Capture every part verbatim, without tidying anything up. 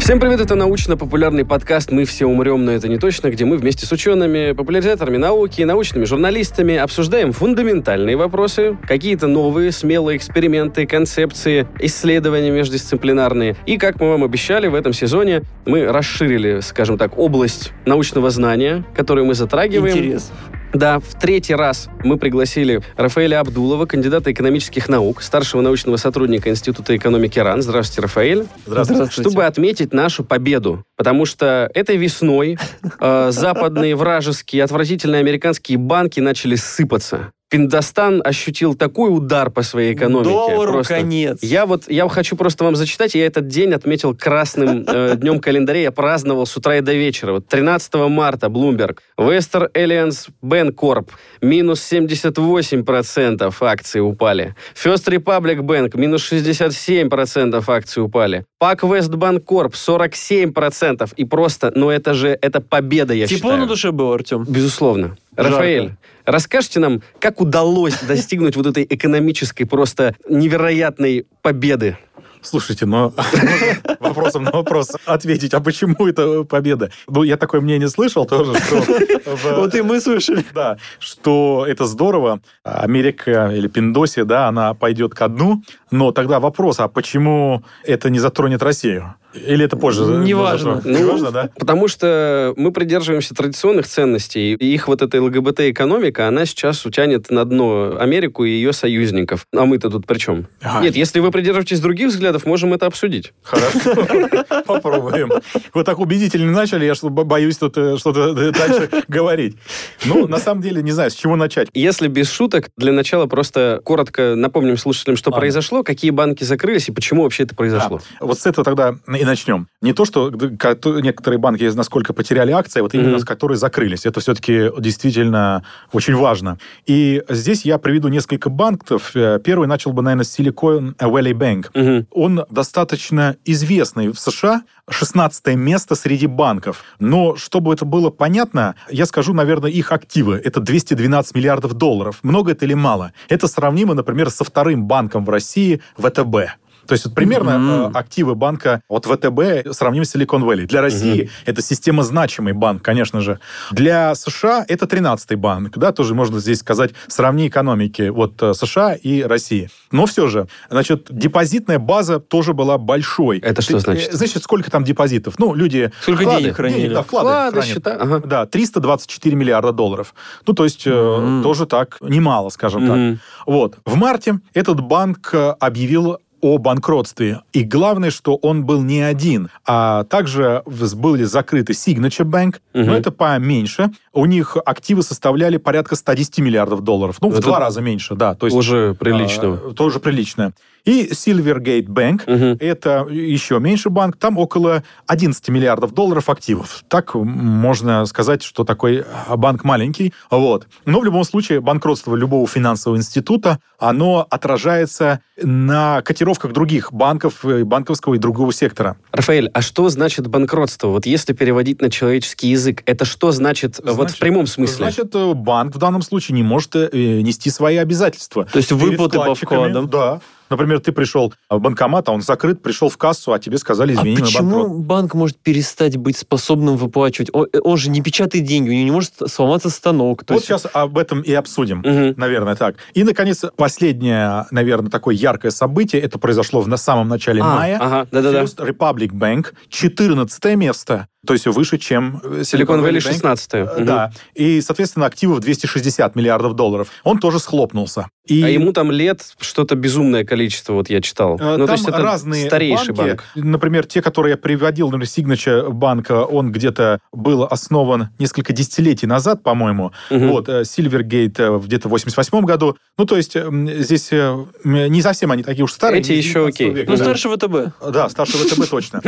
Всем привет, это научно-популярный подкаст «Мы все умрем, но это не точно», где мы вместе с учеными, популяризаторами науки, научными журналистами обсуждаем фундаментальные вопросы, какие-то новые, смелые эксперименты, концепции, исследования междисциплинарные. И, как мы вам обещали, в этом сезоне мы расширили, скажем так, область научного знания, которую мы затрагиваем. Интерес. Да, в третий раз мы пригласили Рафаэля Абдулова, кандидата экономических наук, старшего научного сотрудника Института экономики РАН. Здравствуйте, Рафаэль. Здравствуйте. Чтобы отметить нашу победу. Потому что этой весной э, западные, вражеские, отвратительные американские банки начали сыпаться. Пиндостан ощутил такой удар по своей экономике. Доллару просто. конец. Я вот я хочу просто вам зачитать. Я этот день отметил красным э, днем календаря. Я праздновал с утра и до вечера. Вот тринадцатого марта Bloomberg. Western Alliance Bancorp минус семьдесят восемь процентов акции упали. First Republic Bank минус шестьдесят семь процентов акции упали. PacWest Bancorp сорок семь процентов. И просто, ну это же, это победа, я Тепло считаю. на душе было, Артем? Безусловно. Жарко. Рафаэль, расскажите нам, как удалось достигнуть вот этой экономической просто невероятной победы? Слушайте, но вопросом на вопрос ответить, а почему это победа? Ну, я такое мнение слышал тоже, что... Вот и мы слышали. Да, что это здорово. Америка или Пиндосия, да, она пойдет ко дну, но тогда вопрос, а почему это не затронет Россию? Или это позже? Неважно. Ну, Неважно, да? Потому что мы придерживаемся традиционных ценностей, и их вот эта ЛГБТ-экономика, она сейчас утянет на дно Америку и ее союзников. А мы-то тут при чем? Ага. Нет, если вы придерживаетесь других взглядов, можем это обсудить. Хорошо, попробуем. Вы так убедительно начали, я что боюсь тут что-то дальше говорить. Ну, на самом деле, не знаю, с чего начать. Если без шуток, для начала просто коротко напомним слушателям, что Ладно. произошло, какие банки закрылись и почему вообще это произошло. Да. Вот с этого тогда и начнем. Не то, что некоторые банки, насколько потеряли акции, вот именно Mm-hmm. с которые закрылись. Это все-таки действительно очень важно. И здесь я приведу несколько банков. Первый начал бы, наверное, с Silicon Valley Bank. Mm-hmm. Он достаточно известный в США, шестнадцатое место среди банков. Но, чтобы это было понятно, я скажу, наверное, их активы. Это двести двенадцать миллиардов долларов. Много это или мало? Это сравнимо, например, со вторым банком в России, ВТБ. То есть вот примерно mm-hmm. э, активы банка вот ВТБ сравним с Silicon Valley. Для России mm-hmm. это система значимый банк, конечно же. Для США это тринадцатый банк. Да, тоже можно здесь сказать, сравни экономики вот э, США и России. Но все же, значит, депозитная база тоже была большой. Это что значит? Значит, сколько там депозитов? Ну, люди... Сколько вклады, денег хранили? Денег, да, вклады, Вклады, хранят. счета, ага. Да, триста двадцать четыре миллиарда долларов. Ну, то есть, mm-hmm. э, тоже так немало, скажем mm-hmm. так. Вот. В марте этот банк объявил о банкротстве. И главное, что он был не один, а также были закрыты Signature Bank, угу. но это поменьше. У них активы составляли порядка сто десять миллиардов долларов. Ну, это в два раза меньше, да. То есть, уже прилично. А, тоже прилично. И Silvergate Bank, угу. это еще меньше банк, там около одиннадцать миллиардов долларов активов. Так можно сказать, что такой банк маленький. Вот. Но в любом случае банкротство любого финансового института, оно отражается на котировках других банков, банковского и другого сектора. Рафаэль, а что значит банкротство? Вот если переводить на человеческий язык, это что значит, значит вот в прямом смысле? Значит, банк в данном случае не может нести свои обязательства. То есть выплаты по вкладам? Да. Например, ты пришел в банкомат, а он закрыт, пришел в кассу, а тебе сказали, извини, а мы почему банкрот. банк может перестать быть способным выплачивать? Он, он же не печатает деньги, у него не может сломаться станок. Вот есть... сейчас об этом и обсудим, угу. наверное, так. И, наконец, последнее, наверное, такое яркое событие, это произошло в на самом начале а, мая. Ага, да-да-да. First Republic Bank, четырнадцатое место. То есть выше, чем Silicon Valley шестнадцатое. Да. Угу. И, соответственно, активов двести шестьдесят миллиардов долларов. Он тоже схлопнулся. И... А ему там лет что-то безумное количество, вот я читал. Там ну, то есть это разные старейший банки. банк. Например, те, которые я приводил, например, Signature Bank, он где-то был основан несколько десятилетий назад, по-моему. Угу. Вот, Silvergate где-то в восемьдесят восьмом году. Ну, то есть здесь не совсем они такие уж старые. Эти еще окей. Века, ну, да. старше ВТБ. Да, старше ВТБ точно.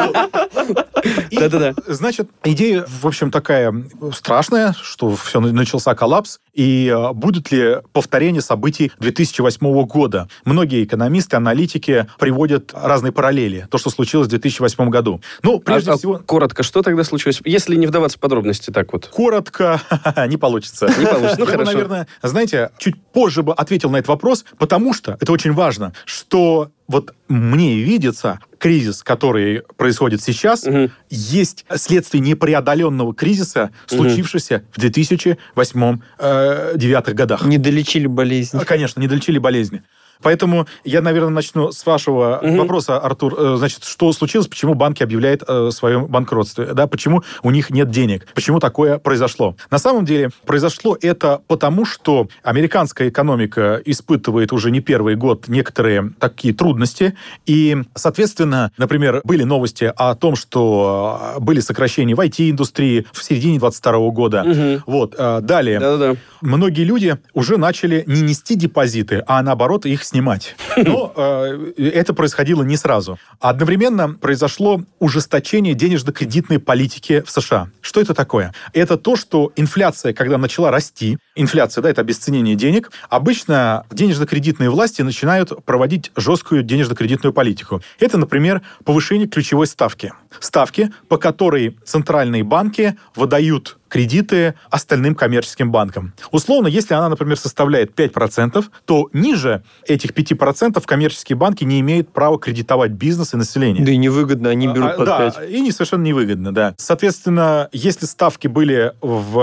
Да-да-да. Значит, идея, в общем, такая страшная, что все, начался коллапс, и будет ли повторение событий две тысячи восьмого года. Многие экономисты, аналитики приводят разные параллели. То, что случилось в две тысячи восьмом году. Ну, прежде а, всего... А коротко, что тогда случилось? Если не вдаваться в подробности, так вот. Коротко не получится. Не получится, ну Я хорошо. бы, наверное, знаете, чуть позже бы ответил на этот вопрос, потому что, это очень важно, что вот мне видится, кризис, который происходит сейчас, угу. есть следствие непреодоленного кризиса, случившегося угу. в две тысячи восьмом-две тысячи девятом годах. Не долечили болезни. Конечно, не долечили болезни. Поэтому я, наверное, начну с вашего угу. вопроса, Артур. Значит, что случилось, почему банки объявляют о своем банкротстве? Да? Почему у них нет денег? Почему такое произошло? На самом деле, произошло это потому, что американская экономика испытывает уже не первый год некоторые такие трудности. И, соответственно, например, были новости о том, что были сокращения в ай ти-индустрии в середине двадцать второго года. Угу. Вот. Далее. Да-да-да. Многие люди уже начали не нести депозиты, а наоборот их снимать. Но э, это происходило не сразу. Одновременно произошло ужесточение денежно-кредитной политики в США. Что это такое? Это то, что инфляция, когда начала расти, инфляция, да, это обесценение денег, обычно денежно-кредитные власти начинают проводить жесткую денежно-кредитную политику. Это, например, повышение ключевой ставки. Ставки, по которой центральные банки выдают кредиты остальным коммерческим банкам. Условно, если она, например, составляет пять процентов, то ниже этих пяти процентов коммерческие банки не имеют права кредитовать бизнес и население. Да и невыгодно, они берут а, под да, пять. И не совершенно невыгодно, да. Соответственно, если ставки были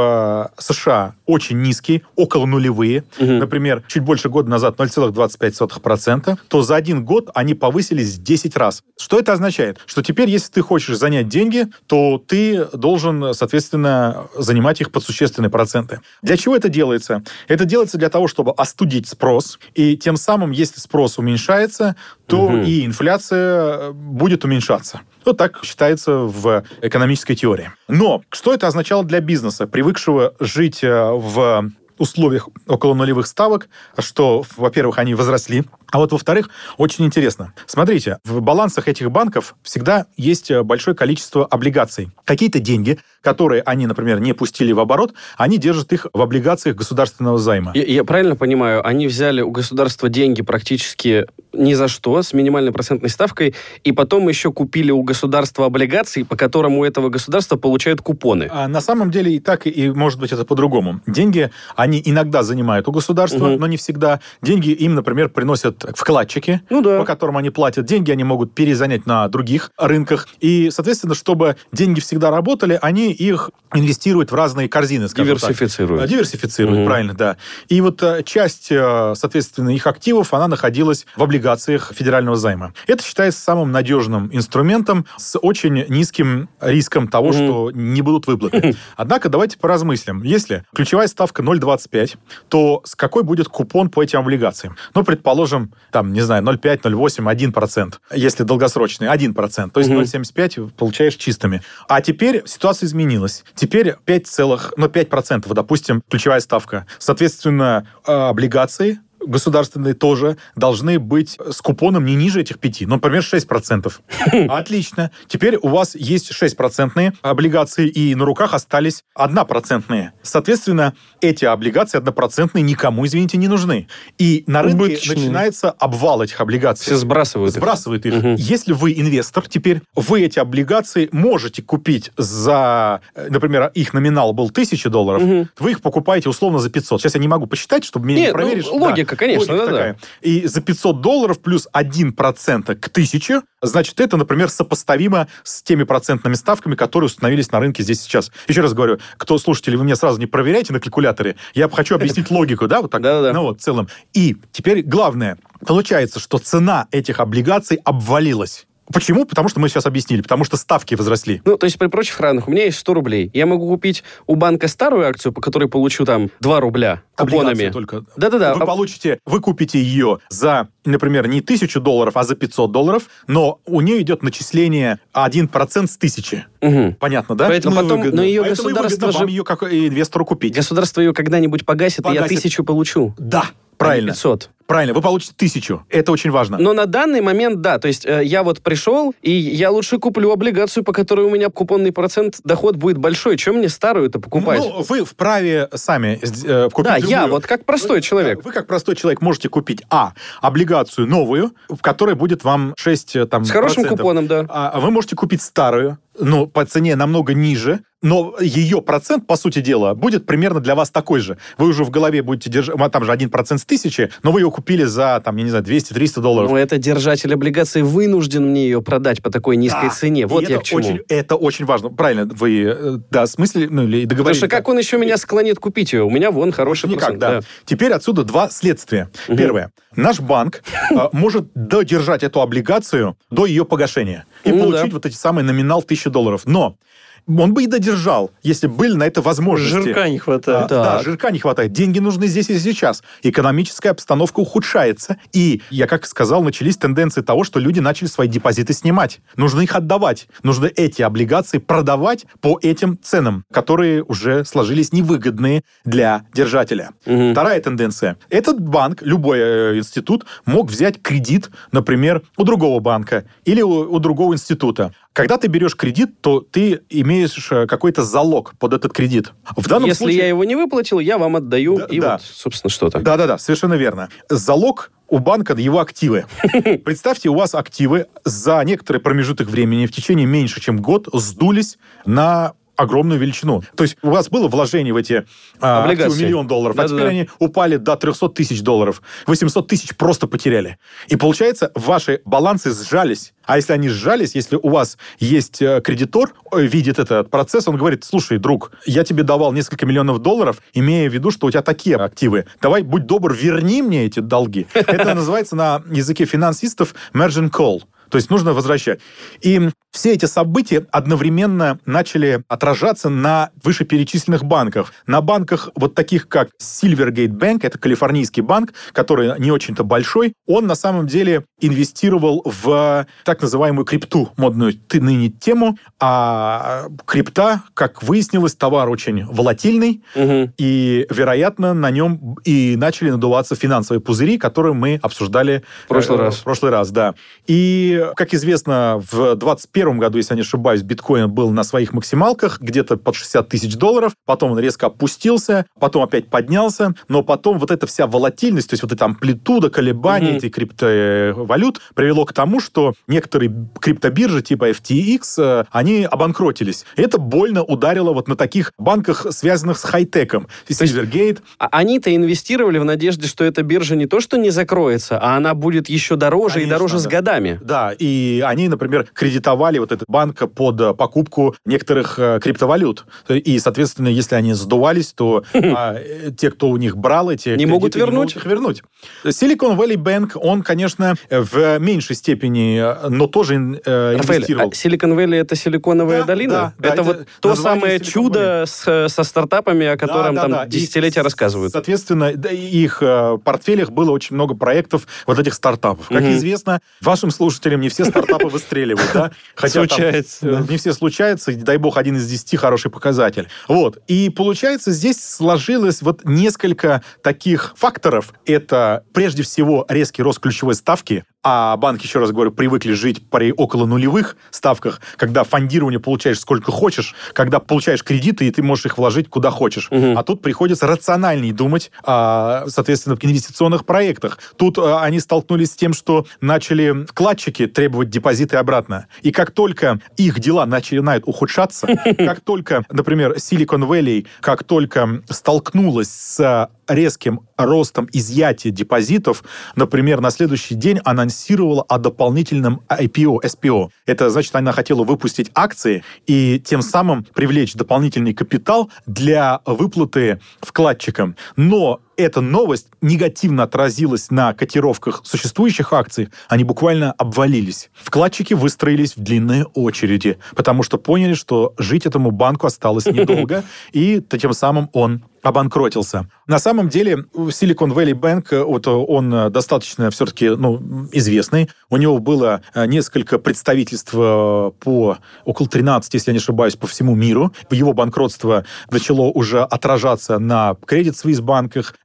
в США очень низкие, около нулевые, угу. например, чуть больше года назад ноль целых двадцать пять сотых процента, то за один год они повысились в десять раз. Что это означает? Что теперь, если ты хочешь занять деньги, то ты должен, соответственно, занимать их под существенные проценты. Для чего это делается? Это делается для того, чтобы остудить спрос, и тем самым, если спрос уменьшается, то угу. и инфляция будет уменьшаться. Вот так считается в экономической теории. Но что это означало для бизнеса, привыкшего жить в условиях около нулевых ставок, что, во-первых, они возросли, а вот, во-вторых, очень интересно. Смотрите, в балансах этих банков всегда есть большое количество облигаций. Какие-то деньги, которые они, например, не пустили в оборот, они держат их в облигациях государственного займа. Я, я правильно понимаю, они взяли у государства деньги практически ни за что, с минимальной процентной ставкой, и потом еще купили у государства облигации, по которым у этого государства получают купоны. А на самом деле и так, и может быть это по-другому. Деньги они иногда занимают у государства, угу. но не всегда. Деньги им, например, приносят вкладчики, ну, да. по которым они платят. Деньги они могут перезанять на других рынках. И, соответственно, чтобы деньги всегда работали, они их инвестируют в разные корзины, скажем Диверсифицируют. так. Диверсифицируют, угу. правильно, да. И вот часть, соответственно, их активов, она находилась в облигациях федерального займа. Это считается самым надежным инструментом с очень низким риском того, угу. что не будут выплаты. Однако давайте поразмыслим. Если ключевая ставка ноль целых двадцать пять, то с какой будет купон по этим облигациям? Ну, предположим, там, не знаю, ноль целых пять, ноль целых восемь, один процент. Если долгосрочный, один процент. То есть угу. ноль целых семьдесят пять получаешь чистыми. А теперь ситуация изменилась. Теперь пять целых, ну, пять процентов, допустим, ключевая ставка. Соответственно, облигации государственные тоже должны быть с купоном не ниже этих пяти, ну, например, шесть процентов. Отлично. Теперь у вас есть шесть процентные облигации, и на руках остались один процентные. Соответственно, эти облигации однопроцентные никому, извините, не нужны. И на рынке Убыточные. начинается обвал этих облигаций. Все сбрасывают Сбрасывают их. их. Угу. Если вы инвестор теперь, вы эти облигации можете купить за, например, их номинал был тысяча долларов, угу. вы их покупаете условно за пятьсот. Сейчас я не могу посчитать, чтобы меня не проверить. Ну, логика. Конечно, да, да. И за пятьсот долларов плюс один процент к тысяче, значит, это, например, сопоставимо с теми процентными ставками, которые установились на рынке здесь сейчас. Еще раз говорю, кто слушатели, вы меня сразу не проверяйте на калькуляторе. Я хочу объяснить логику, да, вот так, да-да. ну вот, в целом. И теперь главное. Получается, что цена этих облигаций обвалилась. Почему? Потому что мы сейчас объяснили. Потому что ставки возросли. Ну, то есть при прочих равных у меня есть сто рублей. Я могу купить у банка старую акцию, по которой получу там два рубля купонами. Облигацию только. Да-да-да. Вы получите, вы купите ее за, например, не тысячу долларов, а за пятьсот долларов, но у нее идет начисление один процент с тысячи. Угу. Понятно, да? Поэтому но потом, но ее Поэтому государство выгодно же... вам ее как инвестору купить. Государство ее когда-нибудь погасит, погасит. и я тысячу получу. Да, правильно. А пятьсот. Правильно, вы получите тысячу. Это очень важно. Но на данный момент, да, то есть э, я вот пришел, и я лучше куплю облигацию, по которой у меня купонный процент, доход будет большой. Чем мне старую-то покупать? Ну, вы вправе сами э, купить Да, любую. я вот как простой вы, человек. Вы как простой человек можете купить, а, облигацию новую, в которой будет вам шесть там, с хорошим процентов. купоном, да. А вы можете купить старую, ну, по цене намного ниже, но ее процент, по сути дела, будет примерно для вас такой же. Вы уже в голове будете держать... Там же один процент с тысячи, но вы ее купили за, там, я не знаю, двести-триста долларов. Но это держатель облигаций вынужден мне ее продать по такой низкой да, цене. Вот я это к чему. Очень, это очень важно. Правильно, вы, да, смысле, ну, или договорились. Потому что как да. он еще меня склонит купить ее? У меня вон хороший Никак, процент. да. Да. Теперь отсюда два следствия. Угу. Первое. Наш банк а, может додержать эту облигацию до ее погашения и ну, получить да. вот эти самые номинал тысячу долларов. Но он бы и додержал, если были на это возможности. Жирка не хватает. А, да, жирка не хватает. Деньги нужны здесь и сейчас. Экономическая обстановка ухудшается. И, я как сказал, начались тенденции того, что люди начали свои депозиты снимать. Нужно их отдавать. Нужно эти облигации продавать по этим ценам, которые уже сложились невыгодные для держателя. Угу. Вторая тенденция. Этот банк, любой э, институт, мог взять кредит, например, у другого банка или у, у другого института. Когда ты берешь кредит, то ты имеешь какой-то залог под этот кредит. В данном Если случае... я его не выплатил, я вам отдаю, Да, и да. вот, собственно, что-то. Да-да-да, совершенно верно. Залог у банка его активы. Представьте, у вас активы за некоторый промежуток времени, в течение меньше, чем год, сдулись на огромную величину. То есть у вас было вложение в эти а, активы миллион долларов, да, а теперь да, они упали до триста тысяч долларов. восемьсот тысяч просто потеряли. И получается, ваши балансы сжались. А если они сжались, если у вас есть кредитор, видит этот процесс, он говорит: слушай, друг, я тебе давал несколько миллионов долларов, имея в виду, что у тебя такие активы. Давай, будь добр, верни мне эти долги. Это называется на языке финансистов margin call. То есть нужно возвращать. И все эти события одновременно начали отражаться на вышеперечисленных банках. На банках вот таких, как Silvergate Bank, это калифорнийский банк, который не очень-то большой, он на самом деле инвестировал в так называемую крипту, модную ныне тему. А крипта, как выяснилось, товар очень волатильный, угу. и, вероятно, на нем и начали надуваться финансовые пузыри, которые мы обсуждали в прошлый э, раз. В прошлый раз, да. И как известно, в двадцать первом году, если я не ошибаюсь, биткоин был на своих максималках, где-то под шестьдесят тысяч долларов, потом он резко опустился, потом опять поднялся, но потом вот эта вся волатильность, то есть вот эта амплитуда, колебания mm-hmm. этих криптовалют привело к тому, что некоторые криптобиржи типа эф ти экс, они обанкротились. И это больно ударило вот на таких банках, связанных с хай-теком. Silvergate. Они-то инвестировали в надежде, что эта биржа не то что не закроется, а она будет еще дороже Конечно, и дороже да. с годами. Да, и они, например, кредитовали вот этот банк под покупку некоторых э, криптовалют. И, соответственно, если они сдувались, то э, те, кто у них брал эти не могут вернуть. Не могут их вернуть. Silicon Valley Bank, он, конечно, в меньшей степени, но тоже э, Рафаэль, инвестировал. А Silicon Valley — это Силиконовая да, долина? Да, да, это, это вот то самое чудо с, со стартапами, о котором да, да, там да. десятилетия и, рассказывают. Соответственно, в их э, портфелях было очень много проектов вот этих стартапов. Как угу. известно, вашим слушателям не все стартапы выстреливают, да? Хотя случается. Там, да. Не все случается, дай бог, один из десяти хороший показатель. Вот. И получается, здесь сложилось вот несколько таких факторов. Это, прежде всего, резкий рост ключевой ставки, а банки, еще раз говорю, привыкли жить при около нулевых ставках, когда фондирование получаешь сколько хочешь, когда получаешь кредиты, и ты можешь их вложить куда хочешь. Угу. А тут приходится рациональнее думать, а, соответственно, в инвестиционных проектах. Тут а, они столкнулись с тем, что начали вкладчики требовать депозиты обратно. И как только их дела начинают ухудшаться, как только, например, Silicon Valley, как только столкнулась с резким ростом изъятия депозитов, например, на следующий день анонсировала о дополнительном ай пи о, эс пи о. Это значит, она хотела выпустить акции и тем самым привлечь дополнительный капитал для выплаты вкладчикам. Но эта новость негативно отразилась на котировках существующих акций. Они буквально обвалились. Вкладчики выстроились в длинные очереди, потому что поняли, что жить этому банку осталось недолго, и тем самым он обанкротился. На самом деле, Silicon Valley Bank, вот он достаточно все-таки ну, известный. У него было несколько представительств по около тринадцати, если я не ошибаюсь, по всему миру. Его банкротство начало уже отражаться на Credit Suisse банках,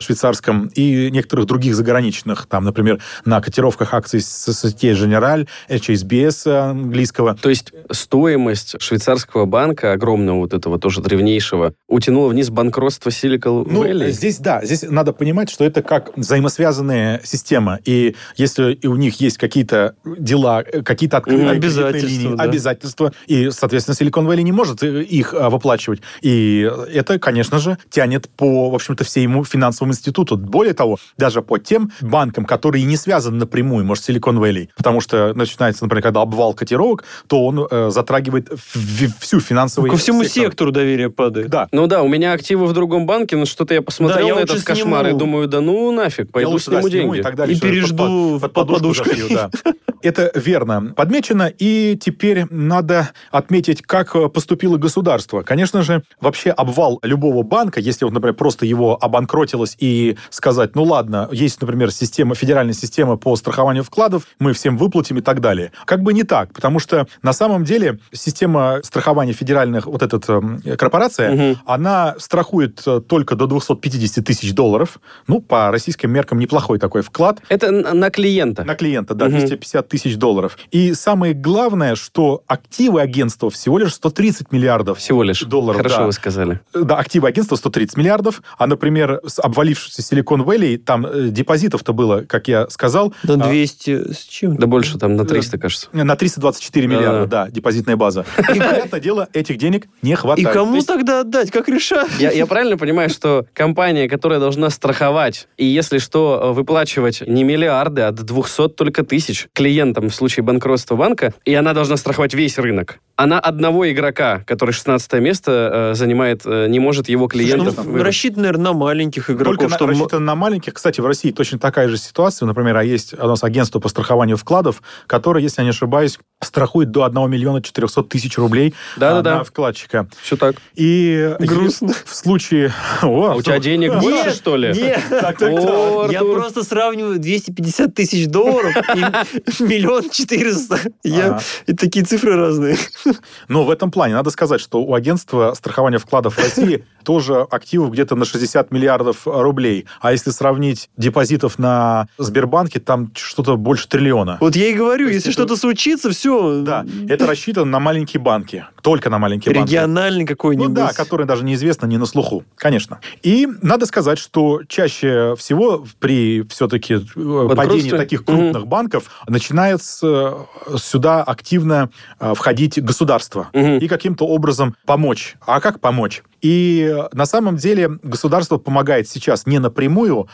швейцарском и некоторых других заграничных, там, например, на котировках акций Société Générale, эйч эс би эс английского. То есть стоимость швейцарского банка, огромного вот этого тоже древнейшего, утянула вниз банкротство Silicon Ну, Valley? здесь, да, здесь надо понимать, что это как взаимосвязанная система. И если у них есть какие-то дела, какие-то открытые Обязательства, линии, да. обязательства, и, соответственно, Silicon Valley не может их а, выплачивать. И это, конечно же, тянет по, в общем-то, всему финансовому институту. Более того, даже по тем банкам, которые не связаны напрямую, может, Silicon Valley, потому что начинается, например, когда обвал котировок, то он э, затрагивает в- всю финансовую Ко всему сектор. сектору доверие падает. Да. Ну да, у меня активы в другом банке, но что-то я посмотрел Да, я на лучше этот кошмар сниму. и думаю, да ну нафиг, Я пойду лучше, да, сниму сниму деньги. и так далее. И что пережду под, под под подушку подушкой. зашью, да. Это верно подмечено, и теперь надо отметить, как поступило государство. Конечно же, вообще обвал любого банка, если вот, например, просто его обанкротилось и сказать, ну ладно, есть, например, система, федеральная система по страхованию вкладов, мы всем выплатим и так далее. Как бы не так, потому что на самом деле система страхования федеральных, вот эта э, корпорация, Мгм. она страхует э, только до двести пятьдесят тысяч долларов. Ну, по российским меркам неплохой такой вклад. Это на на клиента. На клиента, да, Мгм. двести пятьдесят тысяч долларов. И самое главное, что активы агентства всего лишь сто тридцать миллиардов Всего лишь. долларов. Хорошо да. вы сказали. Да, активы агентства сто тридцать миллиардов, а, например, с обвалившейся Silicon Valley, там э, депозитов-то было, как я сказал, На а, двести с чем? Да больше там на триста, кажется. на триста двадцать четыре Да. миллиарда, да, депозитная база. И, понятное дело, этих денег не И хватает. кому То есть- тогда отдать? Как решать? Я, я правильно понимаю, что компания, которая должна страховать и, если что, выплачивать не миллиарды, а до двухсот только тысяч клиентам в случае банкротства банка, и она должна страховать весь рынок, она одного игрока, который шестнадцатое место э, занимает, э, не может его клиентов... ну, выручить. Рассчитан, наверное, на маленьких игроков. Только на, что м- рассчитано на маленьких. Кстати, в России точно такая же ситуация. Например, а есть у нас агентство по страхованию вкладов, которое, если я не ошибаюсь, страхует до одного миллиона четырехсот тысяч рублей Да-да-да. на вкладчика. Все так. И Грустно. е- в случае... О, А у тебя денег Нет, больше, что ли? Нет, Так, так, так. О, я Артур. просто сравниваю двести пятьдесят тысяч долларов и миллион четыреста. Я- Ага. И такие цифры разные. Но в этом плане надо сказать, что у агентства страхования вкладов в России тоже активов где-то на шестьдесят миллиардов рублей. А если сравнить депозитов на Сбербанке, там что-то больше триллиона. Вот я и говорю, То есть если это- что-то случится, все. Да, это рассчитано на маленькие банки. Только на маленькие банки. Региональный Ну какой-нибудь. да, который даже неизвестно, не на слуху, конечно. И надо сказать, что чаще всего при все-таки падении таких крупных Мгм. банков начинает с- сюда активно э, входить государство Мгм. и каким-то образом помочь. А как помочь? И на самом деле государство помогает сейчас не напрямую,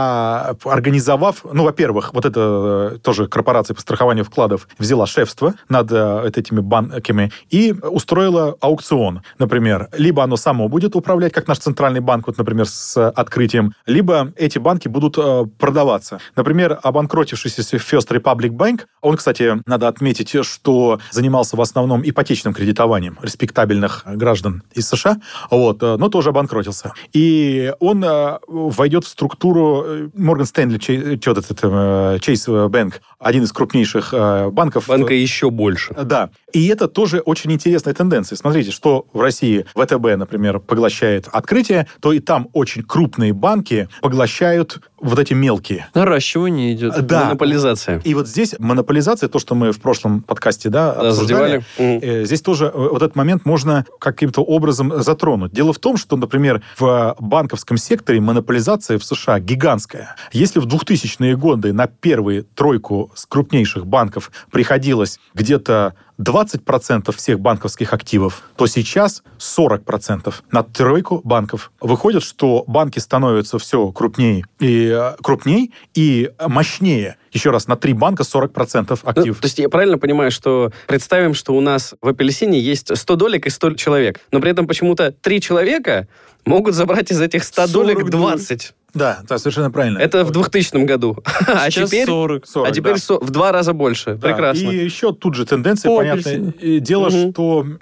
а организовав, ну, во-первых, вот эта э, тоже корпорация по страхованию вкладов взяла шефство над э, вот этими банками и устроила аукцион. Например, либо оно само будет управлять, как наш центральный банк, вот, например, с открытием, либо эти банки будут э, продаваться. Например, обанкротившийся First Republic Bank, он, кстати, надо отметить, что занимался в основном ипотечным кредитованием респектабельных граждан из США, вот, э, но тоже обанкротился. И он э, войдет в структуру э, Morgan Stanley Chase, что это, э, Chase Bank, один из крупнейших э, банков. Банка еще больше. Да. И это тоже очень интересная тенденция. Смотрите, что в России вэ тэ бэ, например, поглощает открытие, то и там очень крупные банки поглощают вот эти мелкие. Наращивание идет. Да. Монополизация. И вот здесь монополизация, то, что мы в прошлом подкасте, да, Да, обсуждали, задевали. Мгм. э, здесь тоже э, вот этот момент можно каким-то образом затронуть. Дело в том, что, например, в банковском секторе монополизация в США гигантская. Если в двухтысячные годы на первую тройку с крупнейших банков приходилось где-то двадцать процентов всех банковских активов, то сейчас сорок процентов на тройку банков. Выходит, что банки становятся все крупнее и э, крупнее и мощнее. Еще раз, на три банка сорок процентов Ну, активов. то есть я правильно понимаю, что представим, что у нас в апельсине есть сто долек и сто человек, но при этом почему-то три человека могут забрать из этих ста долек сорок долек. двадцать. Да, да, совершенно правильно. Это в двухтысячном году. А Сейчас теперь, сорок. сорок, а теперь да. со- в два раза больше. Да, Прекрасно. И еще тут же тенденция, По понятное апельсину. э, дело, Мгм. что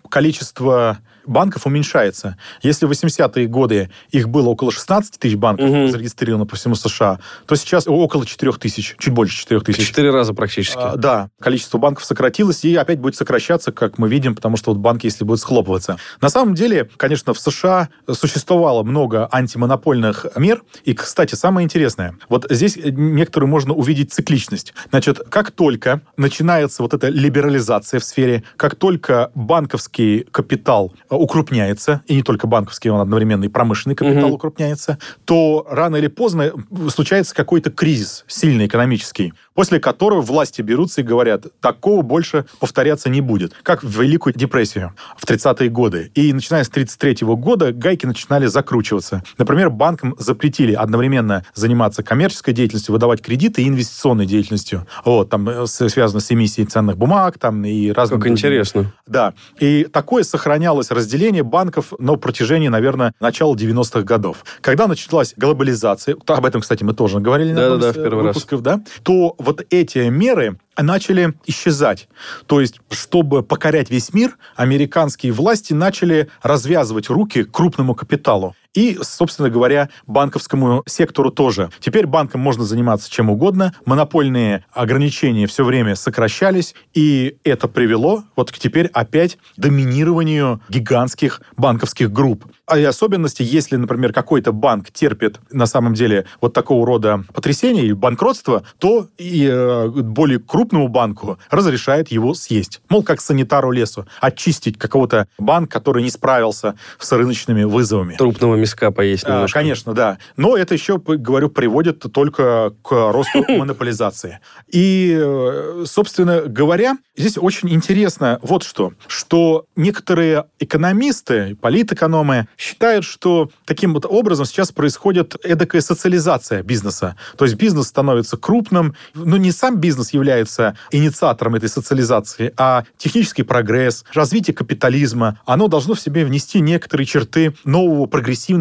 количество банков уменьшается. Если в восьмидесятые годы их было около шестнадцать тысяч банков угу. зарегистрировано по всему США, то сейчас около четыре тысячи, чуть больше четыре тысячи. Четыре раза практически. А, да, количество банков сократилось и опять будет сокращаться, как мы видим, потому что вот банки, если будут схлопываться. На самом деле, конечно, в США существовало много антимонопольных мер. И, кстати, самое интересное, вот здесь некоторую можно увидеть цикличность. Значит, как только начинается вот эта либерализация в сфере, как только банковский капитал укрупняется, и не только банковский, он одновременно и промышленный капитал угу. укрупняется, то рано или поздно случается какой-то кризис, сильный экономический, после которого власти берутся и говорят, такого больше повторяться не будет. Как в Великую депрессию в тридцатые годы. И начиная с тридцать третьего года гайки начинали закручиваться. Например, банкам запретили одновременно заниматься коммерческой деятельностью, выдавать кредиты и инвестиционной деятельностью. Вот, там связано с эмиссией ценных бумаг, там и разных... Как интересно. Да. И такое сохранялось разделение банков на протяжении, наверное, начала девяностых годов. Когда началась глобализация, об этом, кстати, мы тоже говорили на одном из выпусков, да, то вот эти меры начали исчезать. То есть, чтобы покорять весь мир, американские власти начали развязывать руки крупному капиталу. И, собственно говоря, банковскому сектору тоже. Теперь банкам можно заниматься чем угодно, монопольные ограничения все время сокращались, и это привело вот теперь опять к доминированию гигантских банковских групп. А и особенности, если, например, какой-то банк терпит на самом деле вот такого рода потрясения или банкротство, то и э, более крупному банку разрешает его съесть. Мол, как санитару лесу. Очистить какого-то банка, который не справился с рыночными вызовами. Трупного миска поесть немножко. А, конечно, да. Но это еще, говорю, приводит только к росту монополизации. И, собственно говоря, здесь очень интересно вот что, что некоторые экономисты, политэкономы считают, что таким вот образом сейчас происходит эдакая социализация бизнеса. То есть бизнес становится крупным, но не сам бизнес является инициатором этой социализации, а технический прогресс, развитие капитализма, оно должно в себе внести некоторые черты нового прогрессивного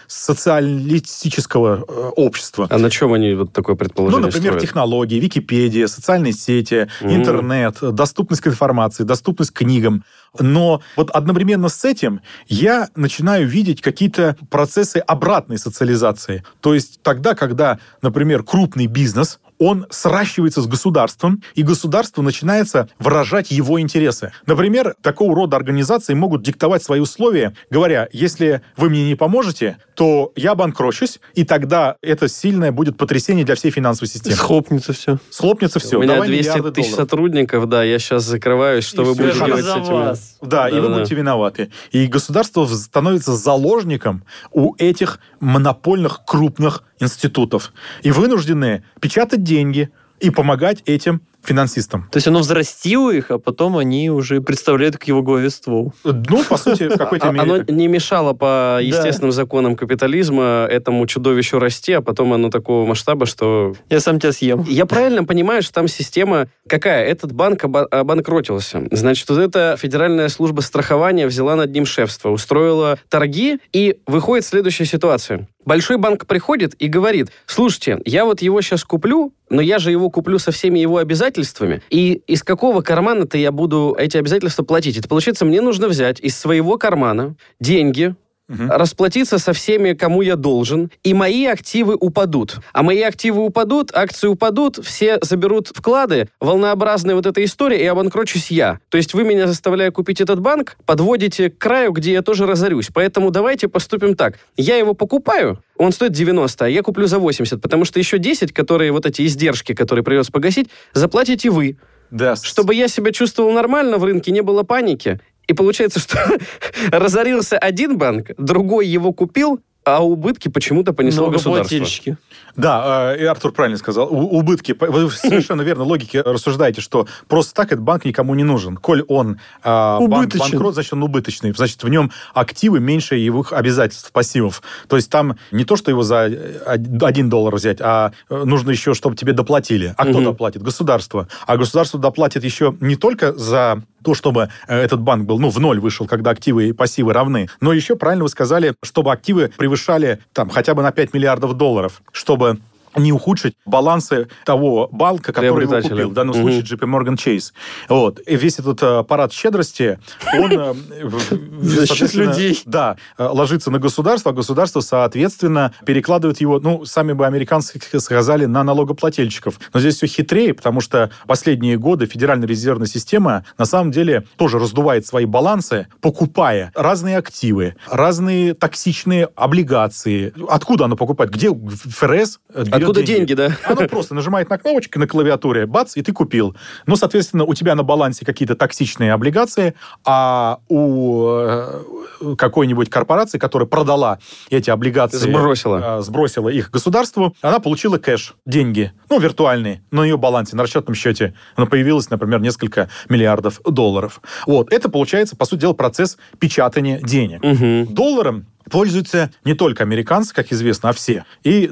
социалистического э, общества. А на чем они вот такое предположение Ну, например, строят? Технологии, Википедия, социальные сети, mm-hmm. интернет, доступность к информации, доступность к книгам. Но вот одновременно с этим я начинаю видеть какие-то процессы обратной социализации. То есть тогда, когда, например, крупный бизнес, он сращивается с государством, и государство начинается выражать его интересы. Например, такого рода организации могут диктовать свои условия, говоря, если вы мне не поможете, то я банкрочусь, и тогда это сильное будет потрясение для всей финансовой системы. Схлопнется все. Схлопнется все. У меня Давай двести тысяч сотрудников, да, я сейчас закрываюсь, что и вы будете все, делать с этими? Да, да, и вы да. будете виноваты. И государство становится заложником у этих монопольных крупных институтов. И вынуждены печатать деньги и помогать этим финансистам. То есть оно взрастило их, а потом они уже представляют к его главе ствол. Ну, по сути, в какой-то мере. Оно не мешало по естественным законам капитализма этому чудовищу расти, а потом оно такого масштаба, что... Я сам тебя съем. Я правильно понимаю, что там система какая? Этот банк обанкротился. Значит, вот эта Федеральная служба страхования взяла над ним шефство, устроила торги, и выходит следующая ситуация. Большой банк приходит и говорит, слушайте, я вот его сейчас куплю, но я же его куплю со всеми его обязательствами, и из какого кармана-то я буду эти обязательства платить? Это получается, мне нужно взять из своего кармана деньги, угу. расплатиться со всеми, кому я должен, и мои активы упадут. А мои активы упадут, акции упадут, все заберут вклады, волнообразная вот эта история, и обанкрочусь я. То есть вы меня, заставляя купить этот банк, подводите к краю, где я тоже разорюсь. Поэтому давайте поступим так. Я его покупаю, он стоит девяносто, а я куплю за восемьдесят, потому что еще десять, которые вот эти издержки, которые придется погасить, заплатите вы. Да. Чтобы я себя чувствовал нормально в рынке, не было паники. И получается, что разорился один банк, другой его купил, а убытки почему-то понесло государство. Да, и Артур правильно сказал. У- убытки. Вы совершенно верно логике рассуждаете, что просто так этот банк никому не нужен. Коль он э, банк, банкрот, значит, он убыточный. Значит, в нем активы меньше его обязательств, пассивов. То есть там не то, что его за один доллар взять, а нужно еще, чтобы тебе доплатили. А кто угу. доплатит? Государство. А государство доплатит еще не только за то, чтобы этот банк был, ну, в ноль вышел, когда активы и пассивы равны, но еще, правильно вы сказали, чтобы активы превышали там хотя бы на пять миллиардов долларов, чтобы не ухудшить балансы того банка, который его купил. В данном случае джей пи Morgan Chase. Вот. И весь этот аппарат щедрости, он защит людей. Да, ложится на государство, а государство, соответственно, перекладывает его, ну, сами бы американцы сказали, на налогоплательщиков. Но здесь все хитрее, потому что последние годы Федеральная резервная система на самом деле тоже раздувает свои балансы, покупая разные активы, разные токсичные облигации. Откуда оно покупает? Где эф эр эс берет Откуда деньги? деньги, да? Оно просто нажимает на кнопочку на клавиатуре, бац, и ты купил. Ну, соответственно, у тебя на балансе какие-то токсичные облигации, а у какой-нибудь корпорации, которая продала эти облигации... Сбросила. Сбросила их государству, она получила кэш, деньги, ну, виртуальные, на ее балансе, на расчетном счете. Она появилась, например, несколько миллиардов долларов. Вот. Это, получается, по сути дела, процесс печатания денег. Угу. Долларом пользуются не только американцы, как известно, а все. И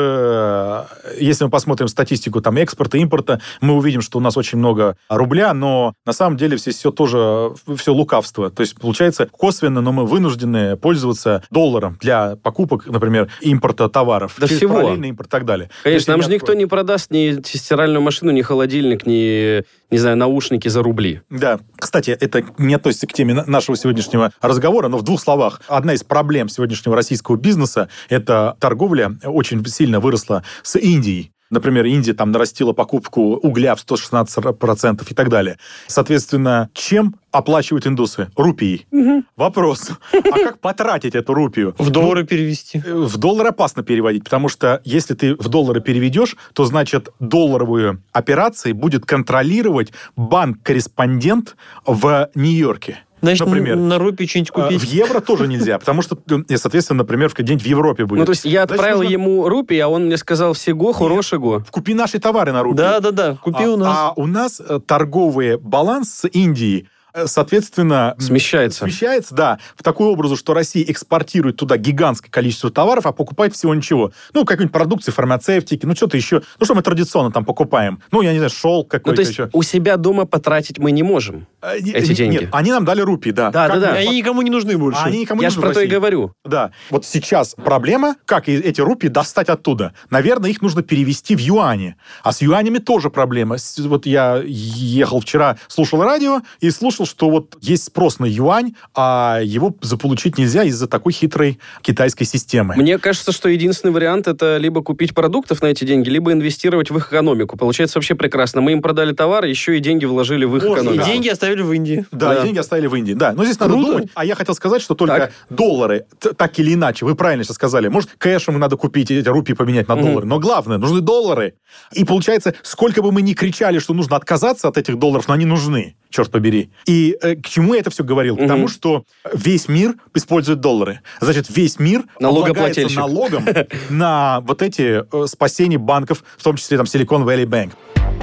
даже если мы посмотрим статистику там, экспорта, импорта, мы увидим, что у нас очень много рубля, но на самом деле все, все тоже все лукавство. То есть, получается, косвенно, но мы вынуждены пользоваться долларом для покупок, например, импорта товаров. Да через всего. параллельный импорт и так далее. Конечно, нам Если же никто не продаст ни стиральную машину, ни холодильник, ни, не знаю, наушники за рубли. Да. Кстати, это не относится к теме нашего сегодняшнего разговора, но в двух словах. Одна из проблем сегодняшнего российского бизнеса – это торговля очень сильно выросла с Индией. Например, Индия там нарастила покупку угля в сто шестнадцать процентов и так далее. Соответственно, чем оплачивают индусы? Рупией. Угу. Вопрос. А как потратить эту рупию? В доллары перевести. В доллар опасно переводить, потому что если ты в доллары переведешь, то, значит, долларовую операции будет контролировать банк-корреспондент в Нью-Йорке. Значит, например, на рупии что-нибудь купить. В евро тоже нельзя, потому что, соответственно, например, где-нибудь в Европе будет. Ну, то есть я отправил Значит, нужно... ему рупии, а он мне сказал всего хорошего. Купи наши товары на рупии. Да-да-да, купи а, у нас. А у нас торговый баланс с Индией, соответственно... Смещается. Смещается, да, в такую образу, что Россия экспортирует туда гигантское количество товаров, а покупает всего ничего. Ну, какой-нибудь продукции, фармацевтики, ну, что-то еще. Ну, что мы традиционно там покупаем? Ну, я не знаю, шелк какой-то ну, то есть еще. у себя дома потратить мы не можем а, эти деньги. Нет, они нам дали рупии, да. Да, да, да. Они никому не нужны больше. А они никому я не же нужны про в то и России. говорю. Да. Вот сейчас проблема, как эти рупии достать оттуда. Наверное, их нужно перевести в юани. А с юанями тоже проблема. Вот я ехал вчера, слушал радио и слушал, что вот есть спрос на юань, а его заполучить нельзя из-за такой хитрой китайской системы. Мне кажется, что единственный вариант это либо купить продуктов на эти деньги, либо инвестировать в их экономику. Получается вообще прекрасно. Мы им продали товар, еще и деньги вложили в их Можно, экономику. И да. деньги оставили в Индии. Да, Да. деньги оставили в Индии. Да, но здесь надо Круто. думать. А я хотел сказать, что только Так. доллары, т- так или иначе, вы правильно сейчас сказали, может, кэшем надо купить, эти рупии поменять на Мгм. доллары. Но главное, нужны доллары. И получается, сколько бы мы ни кричали, что нужно отказаться от этих долларов, но они нужны, черт побери. И э, к чему я это все говорил? К Мгм. тому, что весь мир использует доллары. Значит, весь мир облагается Налогоплательщик. налогом на вот эти э, спасения банков, в том числе там Silicon Valley Bank.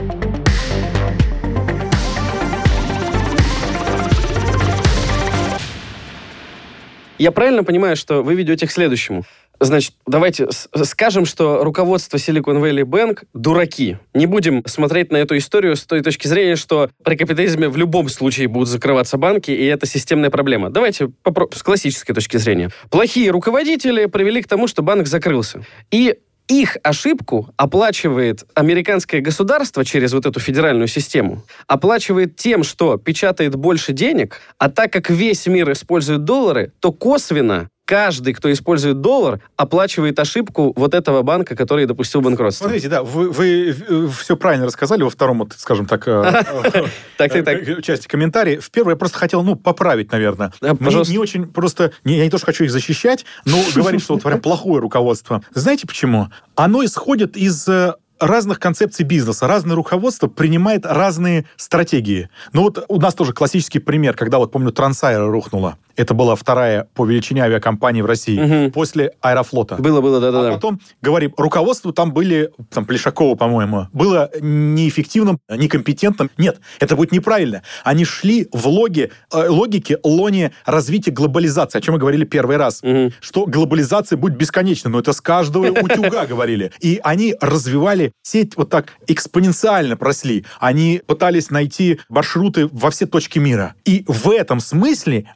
Я правильно понимаю, что вы ведете к следующему? Значит, давайте с- скажем, что руководство Silicon Valley Bank дураки. Не будем смотреть на эту историю с той точки зрения, что при капитализме в любом случае будут закрываться банки, и это системная проблема. Давайте попро- с классической точки зрения. Плохие руководители привели к тому, что банк закрылся. И их ошибку оплачивает американское государство через вот эту федеральную систему. Оплачивает тем, что печатает больше денег, а так как весь мир использует доллары, то косвенно каждый, кто использует доллар, оплачивает ошибку вот этого банка, который допустил банкротство. Смотрите, да, вы, вы все правильно рассказали во втором, вот, скажем так, э, Так, так, так. э, части комментариев. В первой я просто хотел, ну, поправить, наверное. Да, Мне пожалуйста. не очень просто... Не, я не то, что хочу их защищать, но говорить, что вот прям плохое руководство. Знаете почему? Оно исходит из э, разных концепций бизнеса. Разное руководство принимает разные стратегии. Ну вот у нас тоже классический пример, когда, вот помню, Трансаэро рухнула. Это была вторая по величине авиакомпания в России. Мгм. После Аэрофлота. Было, было, А да-да-да. потом, говорим, руководство там были, там, Плешакова, по-моему, было неэффективным, некомпетентным. Нет, это будет неправильно. Они шли в логи, э, логике, лоне развития глобализации, о чем мы говорили первый раз. Мгм. Что глобализация будет бесконечна, но это с каждого утюга говорили. И они развивали сеть вот так экспоненциально росли. Они пытались найти маршруты во все точки мира. И в этом смысле они развивали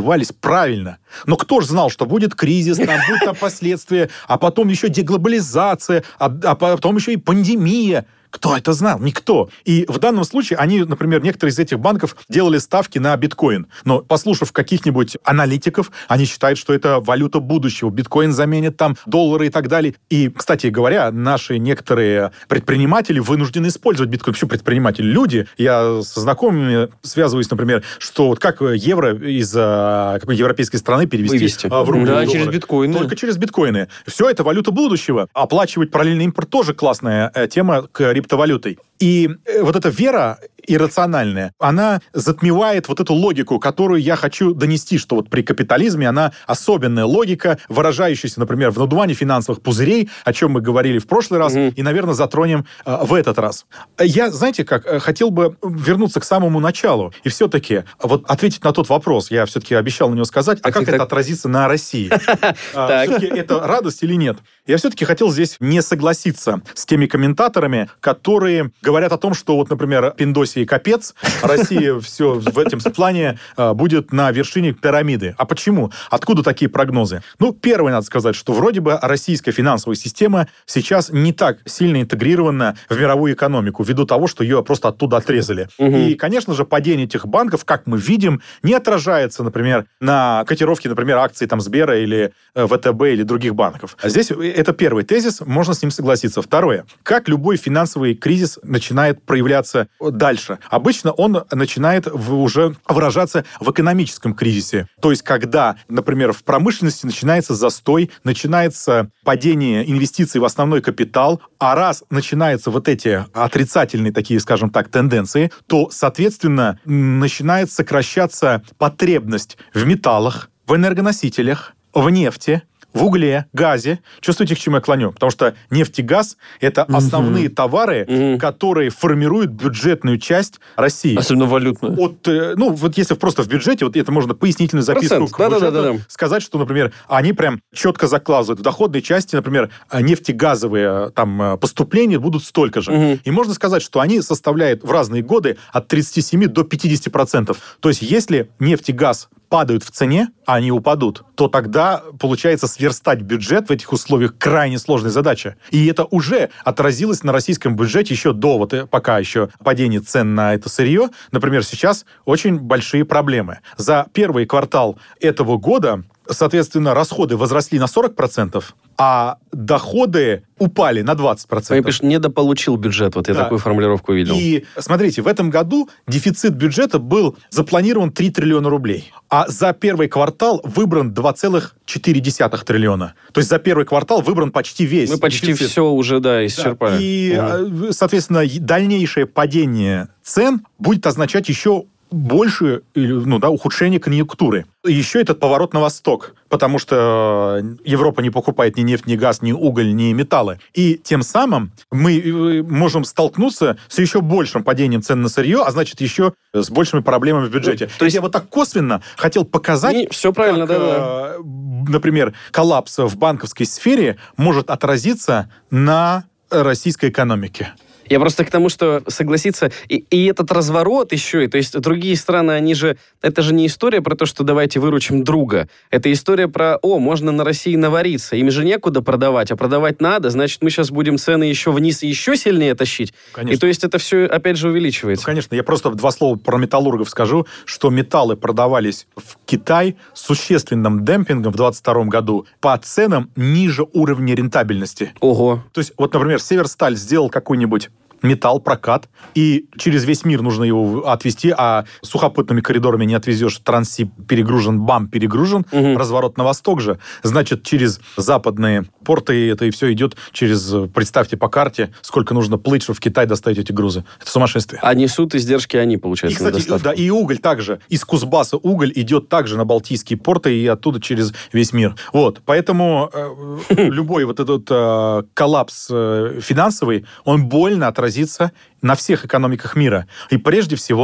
развивались правильно. Но кто же знал, что будет кризис, там будут там последствия, а потом еще деглобализация, а, а потом еще и пандемия. Кто это знал? Никто. И в данном случае они, например, некоторые из этих банков делали ставки на биткоин. Но, послушав каких-нибудь аналитиков, они считают, что это валюта будущего. Биткоин заменит там доллары и так далее. И, кстати говоря, наши некоторые предприниматели вынуждены использовать биткоин. Почему предприниматели? Люди. Я со знакомыми связываюсь, например, что вот как евро из какой европейской страны перевести Вывести. в рубли. Да, в через биткоины. Только через биткоины. Все это валюта будущего. Оплачивать параллельный импорт тоже классная тема к криптовалютой. И вот эта вера иррациональная, она затмевает вот эту логику, которую я хочу донести, что вот при капитализме она особенная логика, выражающаяся, например, в надувании финансовых пузырей, о чем мы говорили в прошлый раз, mm-hmm. и, наверное, затронем э, в этот раз. Я, знаете, как э, хотел бы вернуться к самому началу и все-таки вот ответить на тот вопрос, я все-таки обещал на него сказать, а как это отразится на России? Все-таки это радость или нет? Я все-таки хотел здесь не согласиться с теми комментаторами, которые говорят о том, что вот, например, Пиндосия и капец, Россия все в этом плане будет на вершине пирамиды. А почему? Откуда такие прогнозы? Ну, первое, надо сказать, что вроде бы российская финансовая система сейчас не так сильно интегрирована в мировую экономику, ввиду того, что ее просто оттуда отрезали. Угу. И, конечно же, падение этих банков, как мы видим, не отражается, например, на котировке, например, акций там Сбера или ВТБ или других банков. Здесь это первый тезис, можно с ним согласиться. Второе. Как любой финансовый кризис начинает проявляться дальше? Обычно он начинает в, уже выражаться в экономическом кризисе. То есть, когда, например, в промышленности начинается застой, начинается падение инвестиций в основной капитал, а раз начинаются вот эти отрицательные такие, скажем так, тенденции, то, соответственно, начинает сокращаться потребность в металлах, в энергоносителях, в нефти, в угле, газе. Чувствуете, к чему я клоню? Потому что нефть и газ – это угу. основные товары, угу. которые формируют бюджетную часть России. Особенно валютную. От, ну, вот если просто в бюджете, вот это можно пояснительную записку Процент. к бюджету да, да, да, да. сказать, что, например, они прям четко закладывают в доходной части, например, нефтегазовые там поступления будут столько же. Угу. И можно сказать, что они составляют в разные годы от тридцати семи до пятидесяти процентов. То есть, если нефть и газ падают в цене, а они упадут, то тогда получается сверстать бюджет в этих условиях крайне сложная задача. И это уже отразилось на российском бюджете еще до, вот пока еще падения цен на это сырье. Например, сейчас очень большие проблемы. За первый квартал этого года, соответственно, расходы возросли на сорок процентов, а доходы упали на двадцать процентов. Пишешь, недополучил бюджет, вот я да. такую формулировку видел. И смотрите, в этом году дефицит бюджета был запланирован три триллиона рублей, а за первый квартал выбран два целых четыре десятых триллиона. То есть за первый квартал выбран почти весь. Мы почти дефицит. все уже, да, исчерпали. Да. И, угу. соответственно, дальнейшее падение цен будет означать еще больше, ну, да, ухудшение конъюнктуры. Еще этот поворот на восток, потому что Европа не покупает ни нефть, ни газ, ни уголь, ни металлы. И тем самым мы можем столкнуться с еще большим падением цен на сырье, а значит, еще с большими проблемами в бюджете. То есть я вот так косвенно хотел показать, не, все правильно, как, да, да. например, коллапс в банковской сфере может отразиться на российской экономике. Я просто к тому, что согласиться, и, и этот разворот еще, и, то есть другие страны, они же, это же не история про то, что давайте выручим друга, это история про, о, можно на России навариться, им же некуда продавать, а продавать надо, значит, мы сейчас будем цены еще вниз и еще сильнее тащить. Конечно. И то есть это все, опять же, увеличивается. Ну, конечно, я просто два слова про металлургов скажу, что металлы продавались в Китай с существенным демпингом в двадцать втором году по ценам ниже уровня рентабельности. Ого. То есть, вот, например, Северсталь сделал какой-нибудь металл, прокат, и через весь мир нужно его отвезти, а сухопутными коридорами не отвезешь, Транссиб перегружен, БАМ перегружен, угу. разворот на восток же, значит, через западные порты это и все идет через, представьте по карте, сколько нужно плыть, чтобы в Китай доставить эти грузы. Это сумасшествие. А несут издержки они, получается, и, кстати, на доставку. Да, и уголь также. Из Кузбасса уголь идет также на Балтийские порты и оттуда через весь мир. Вот, поэтому э, любой вот этот э, коллапс э, финансовый, он больно отразится на всех экономиках мира. И прежде всего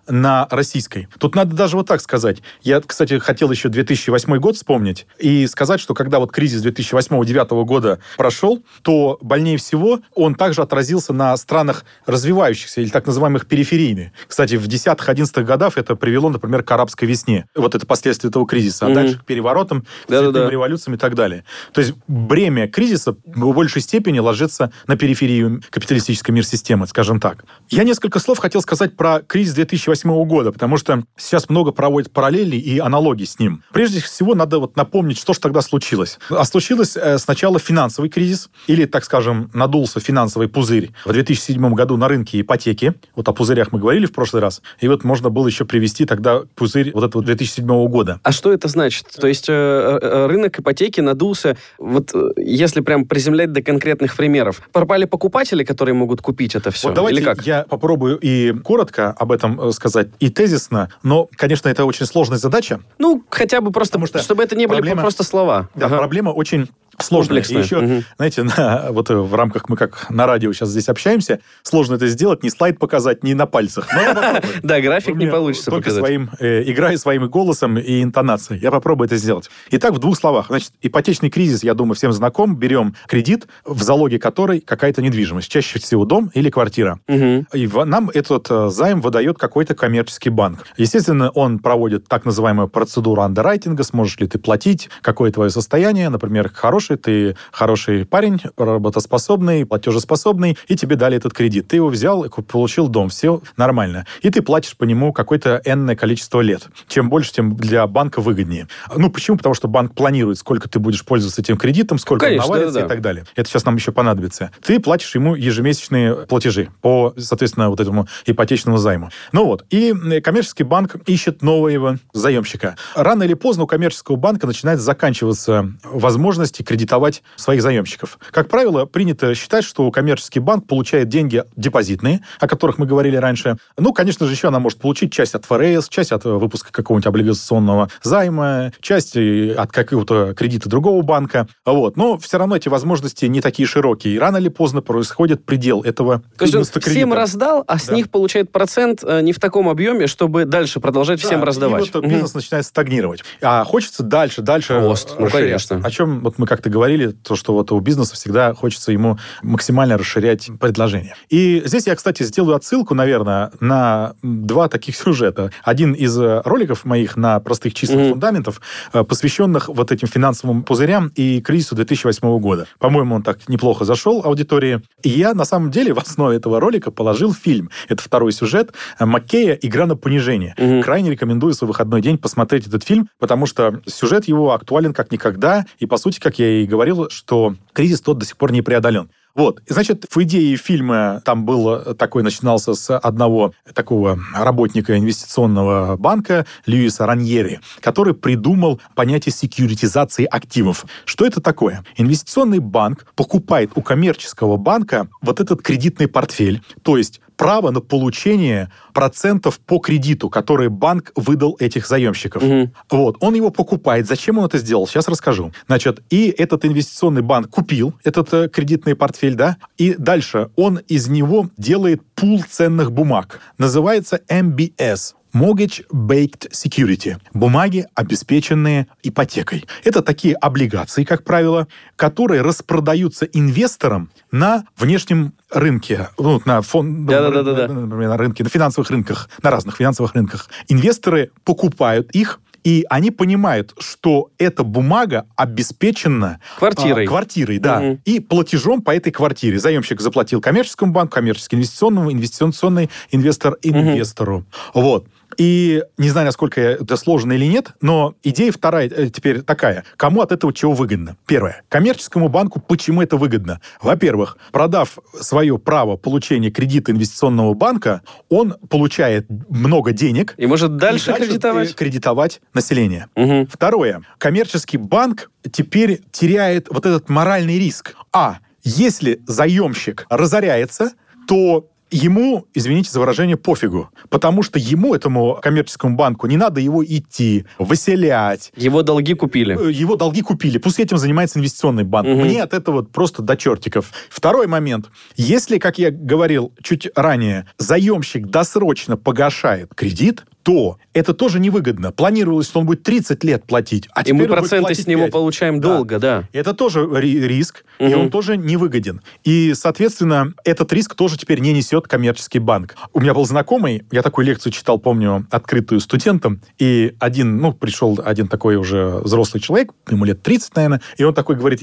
на российской. Тут надо даже вот так сказать. Я, кстати, хотел еще две тысячи восьмой год вспомнить и сказать, что когда вот кризис две тысячи восьмого — две тысячи девятого года прошел, то больнее всего он также отразился на странах развивающихся или так называемых периферийных. Кстати, в десятых-одиннадцатых годах это привело, например, к арабской весне. Вот это последствия этого кризиса. А mm-hmm. дальше к переворотам, к цветным революциям и так далее. То есть бремя кризиса в большей степени ложится на периферию капиталистической мир-системы, скажем так. Я несколько слов хотел сказать про кризис две тысячи восьмого года, потому что сейчас много проводят параллелей и аналогий с ним. Прежде всего, надо вот напомнить, что же тогда случилось. А случилось э, сначала финансовый кризис, или, так скажем, надулся финансовый пузырь в две тысячи седьмом году на рынке ипотеки. Вот о пузырях мы говорили в прошлый раз. И вот можно было еще привести тогда пузырь вот этого две тысячи седьмого года. А что это значит? То есть э, рынок ипотеки надулся, вот если прям приземлять до конкретных примеров. Пропали покупатели, которые могут купить это все? Вот давайте или как? Я попробую и коротко об этом сказать, и тезисно, но, конечно, это очень сложная задача. Ну, хотя бы просто, что чтобы это не проблема, были просто слова. Да, ага. проблема очень сложная. И еще, угу. знаете, на, вот в рамках, мы как на радио сейчас здесь общаемся, сложно это сделать, ни слайд показать, ни на пальцах. Да, график не получится показать. Только своим, играя своим голосом и интонацией. Я попробую это сделать. Итак, в двух словах. Значит, ипотечный кризис, я думаю, всем знаком. Берем кредит, в залоге которой какая-то недвижимость. Чаще всего дом или квартира. И нам этот займ выдает какой-то коммерческий банк. Естественно, он проводит так называемую процедуру андеррайтинга, сможешь ли ты платить, какое твое состояние, например, хорошее, ты хороший парень, работоспособный, платежеспособный, и тебе дали этот кредит. Ты его взял и получил дом, все нормально. И ты платишь по нему какое-то энное количество лет. Чем больше, тем для банка выгоднее. Ну, почему? Потому что банк планирует, сколько ты будешь пользоваться этим кредитом, сколько Конечно, он навалится да, да. и так далее. Это сейчас нам еще понадобится. Ты платишь ему ежемесячные платежи по, соответственно, вот этому ипотечному займу. Ну вот. И коммерческий банк ищет нового заемщика. Рано или поздно у коммерческого банка начинает заканчиваться возможности кредитовать своих заемщиков. Как правило, принято считать, что коммерческий банк получает деньги депозитные, о которых мы говорили раньше. Ну, конечно же, еще она может получить часть от эф эр эс, часть от выпуска какого-нибудь облигационного займа, часть от какого-то кредита другого банка. Вот. Но все равно эти возможности не такие широкие. И рано или поздно происходит предел этого То есть он всем раздал, а с да. них получает процент не в таком объеме, чтобы дальше продолжать да, всем раздавать. И вот угу. бизнес начинает стагнировать. А хочется дальше, дальше Рост. Ну, конечно. О чем вот мы как-то говорили, то, что вот у бизнеса всегда хочется ему максимально расширять предложение. И здесь я, кстати, сделаю отсылку, наверное, на два таких сюжета. Один из роликов моих на простых числах mm-hmm. фундаментов, посвященных вот этим финансовым пузырям и кризису две тысячи восьмого года. По-моему, он так неплохо зашел аудитории. И я, на самом деле, в основе этого ролика положил фильм. Это второй сюжет. Маккея «Игра на понижение». Mm-hmm. Крайне рекомендую свой выходной день посмотреть этот фильм, потому что сюжет его актуален как никогда. И, по сути, как я и говорил, что кризис тот до сих пор не преодолен. Вот. И, значит, в идее фильма там был такой, начинался с одного такого работника инвестиционного банка Льюиса Раньери, который придумал понятие секьюритизации активов. Что это такое? Инвестиционный банк покупает у коммерческого банка вот этот кредитный портфель, то есть право на получение процентов по кредиту, который банк выдал этих заемщиков. Mm-hmm. Вот. Он его покупает. Зачем он это сделал? Сейчас расскажу. Значит, и этот инвестиционный банк купил этот э, кредитный портфель, да, и дальше он из него делает пул ценных бумаг. Называется эм би эс. Mortgage-Backed Security. Бумаги, обеспеченные ипотекой. Это такие облигации, как правило, которые распродаются инвесторам на внешнем рынке. Ну, на, фон, да, да, да, да. Например, на рынке, на финансовых рынках, на разных финансовых рынках. Инвесторы покупают их, и они понимают, что эта бумага обеспечена квартирой, а, квартирой да, угу. и платежом по этой квартире. Заемщик заплатил коммерческому банку, коммерческий инвестиционному, инвестиционный инвестор инвестору. Угу. Вот. И не знаю, насколько это сложно или нет, но идея вторая теперь такая. Кому от этого чего выгодно? Первое. Коммерческому банку почему это выгодно? Во-первых, продав свое право получения кредита инвестиционного банка, он получает много денег. И может дальше, и дальше кредитовать? кредитовать население. Угу. Второе. Коммерческий банк теперь теряет вот этот моральный риск. А. Если заемщик разоряется, то ему, извините за выражение, пофигу. Потому что ему, этому коммерческому банку, не надо его идти, выселять. Его долги купили. Его долги купили. Пусть этим занимается инвестиционный банк. Угу. Мне от этого просто до чертиков. Второй момент. Если, как я говорил чуть ранее, заемщик досрочно погашает кредит, то это тоже невыгодно. Планировалось, что он будет тридцать лет платить, а и теперь мы проценты с него пять. получаем да. долго, да. Это тоже ри- риск, угу. и он тоже невыгоден. И, соответственно, этот риск тоже теперь не несет коммерческий банк. У меня был знакомый, я такую лекцию читал, помню, открытую студентам, и один, ну, пришел один такой уже взрослый человек, ему лет тридцать, наверное, и он такой говорит,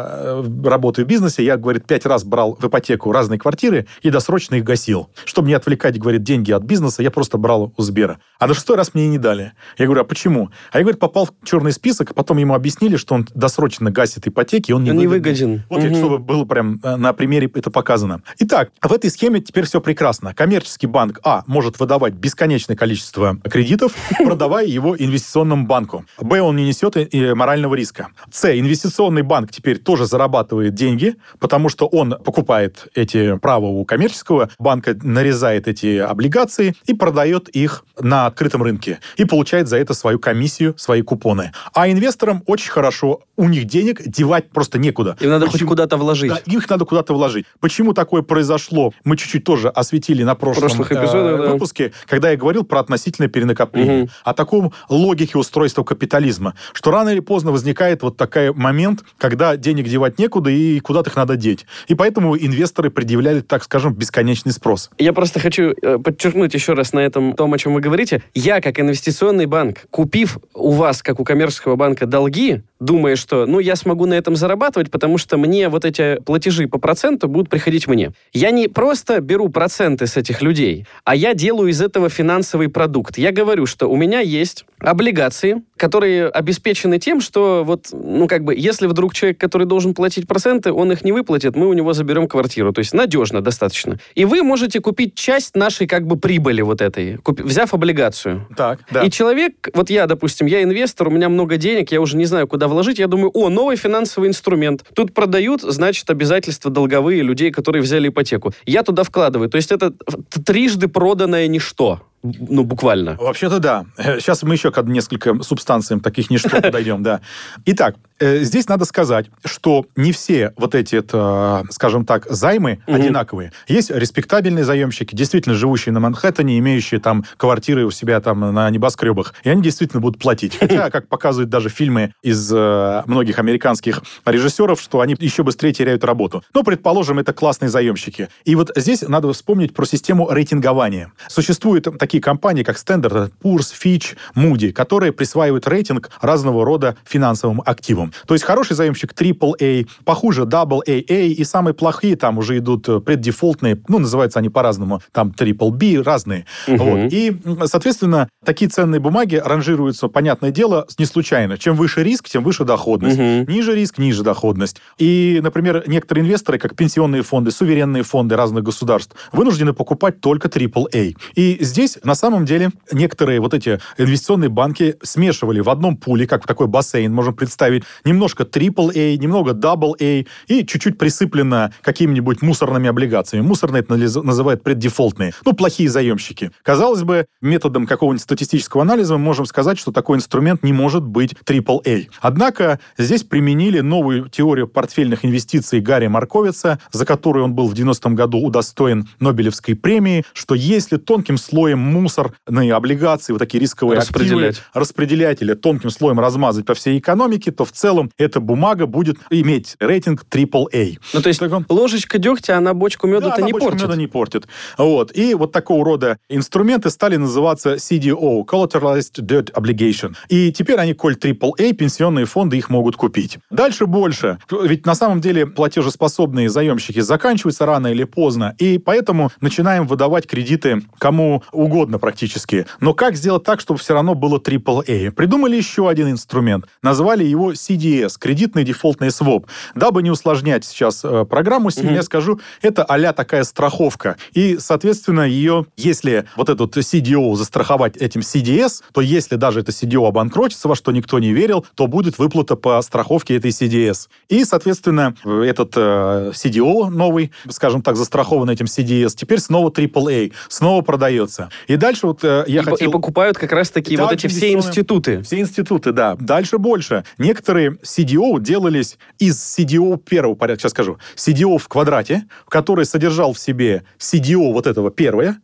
я работаю в бизнесе, я, говорит, пять раз брал в ипотеку разные квартиры и досрочно их гасил. Чтобы не отвлекать, говорит, деньги от бизнеса, я просто брал у Сбера. А на шестой раз мне и не дали. Я говорю, а почему? А я, говорит, попал в черный список, а потом ему объяснили, что он досрочно гасит ипотеки, и он не, он не выгоден. Вот, угу. чтобы было прям на примере это показано. Итак, в этой схеме теперь все прекрасно. Коммерческий банк, а, может выдавать бесконечное количество кредитов, продавая его инвестиционному банку. Б, он не несет и морального риска. С, инвестиционный банк теперь тоже зарабатывает деньги, потому что он покупает эти права у коммерческого банка, нарезает эти облигации и продает их на открытом рынке. И получает за это свою комиссию, свои купоны. А инвесторам очень хорошо. У них денег девать просто некуда. Им надо Почему? хоть куда-то вложить. Да, их надо куда-то вложить. Почему такое произошло? Мы чуть-чуть тоже осветили на прошлом эпизодах, э, да. выпуске, когда я говорил про относительное перенакопление. Угу. О таком логике устройства капитализма. Что рано или поздно возникает вот такой момент, когда денег девать некуда и куда-то их надо деть. И поэтому инвесторы предъявляли, так скажем, бесконечный спрос. Я просто хочу подчеркнуть еще раз на этом том, о чем вы говорите. Я, как инвестиционный банк, купив у вас, как у коммерческого банка, долги, думая, что, ну, я смогу на этом зарабатывать, потому что мне вот эти платежи по проценту будут приходить мне. Я не просто беру проценты с этих людей, а я делаю из этого финансовый продукт. Я говорю, что у меня есть облигации, которые обеспечены тем, что вот, ну, как бы, если вдруг человек, который должен платить проценты, он их не выплатит, мы у него заберем квартиру. То есть надежно достаточно. И вы можете купить часть нашей, как бы, прибыли вот этой, купи, взяв облигацию. Так, да. И человек, вот я, допустим, я инвестор, у меня много денег, я уже не знаю, куда вложить, я думаю, о, новый финансовый инструмент. Тут продают, значит, обязательства долговые людей, которые взяли ипотеку. Я туда вкладываю. То есть это трижды проданное ничто. Ну, буквально. Вообще-то да. Сейчас мы еще к нескольким субстанциям таких ничто подойдем, да. Итак, здесь надо сказать, что не все вот эти, это, скажем так, займы угу. одинаковые. Есть респектабельные заемщики, действительно живущие на Манхэттене, имеющие там квартиры у себя там на небоскребах, и они действительно будут платить. Хотя, как показывают даже фильмы из э, многих американских режиссеров, что они еще быстрее теряют работу. Но, предположим, это классные заемщики. И вот здесь надо вспомнить про систему рейтингования. Существуют такие Такие компании, как Standard энд Poor's, Fitch, Moody, которые присваивают рейтинг разного рода финансовым активам. То есть хороший заемщик трипл эй, похуже дабл эй эй, и самые плохие там уже идут преддефолтные, ну, называются они по-разному, там трипл би, разные. Угу. Вот. И, соответственно, такие ценные бумаги ранжируются, понятное дело, не случайно. Чем выше риск, тем выше доходность. Угу. Ниже риск, ниже доходность. И, например, некоторые инвесторы, как пенсионные фонды, суверенные фонды разных государств, вынуждены покупать только трипл эй. И здесь на самом деле некоторые вот эти инвестиционные банки смешивали в одном пуле, как в такой бассейн, можем представить, немножко трипл эй, немного дабл эй и чуть-чуть присыплено какими-нибудь мусорными облигациями. Мусорные это называют преддефолтные. Ну, плохие заемщики. Казалось бы, методом какого-нибудь статистического анализа мы можем сказать, что такой инструмент не может быть трипл эй. Однако здесь применили новую теорию портфельных инвестиций Гарри Марковица, за которую он был в девяностом году удостоен Нобелевской премии, что если тонким слоем мусорные облигации, вот такие рисковые активы, распределятели тонким слоем размазать по всей экономике, то в целом эта бумага будет иметь рейтинг трипл эй. Ну, то есть так он... ложечка дегтя, она бочку меда-то да, не бочку портит. меда не портит. Вот. И вот такого рода инструменты стали называться си ди о, Collateralized Debt Obligation. И теперь они, коль трипл эй, пенсионные фонды их могут купить. Дальше больше. Ведь на самом деле платежеспособные заемщики заканчиваются рано или поздно, и поэтому начинаем выдавать кредиты кому угодно угодно практически. Но как сделать так, чтобы все равно было трипл эй? Придумали еще один инструмент. Назвали его си ди эс, кредитный дефолтный своп. Дабы не усложнять сейчас э, программу, с ним mm-hmm. я скажу, это а-ля такая страховка. И, соответственно, ее, если вот этот си ди о застраховать этим си ди эс, то если даже это си ди о обанкротится, во что никто не верил, то будет выплата по страховке этой си ди эс. И, соответственно, этот э, си ди о новый, скажем так, застрахован этим си ди эс, теперь снова трипл эй, снова продается. И дальше вот э, я и, хотел... И покупают как раз-таки вот эти все институты. Все институты, да. Дальше больше. Некоторые си ди о делались из си ди о первого порядка, сейчас скажу, си ди о в квадрате, который содержал в себе си ди о вот этого первое,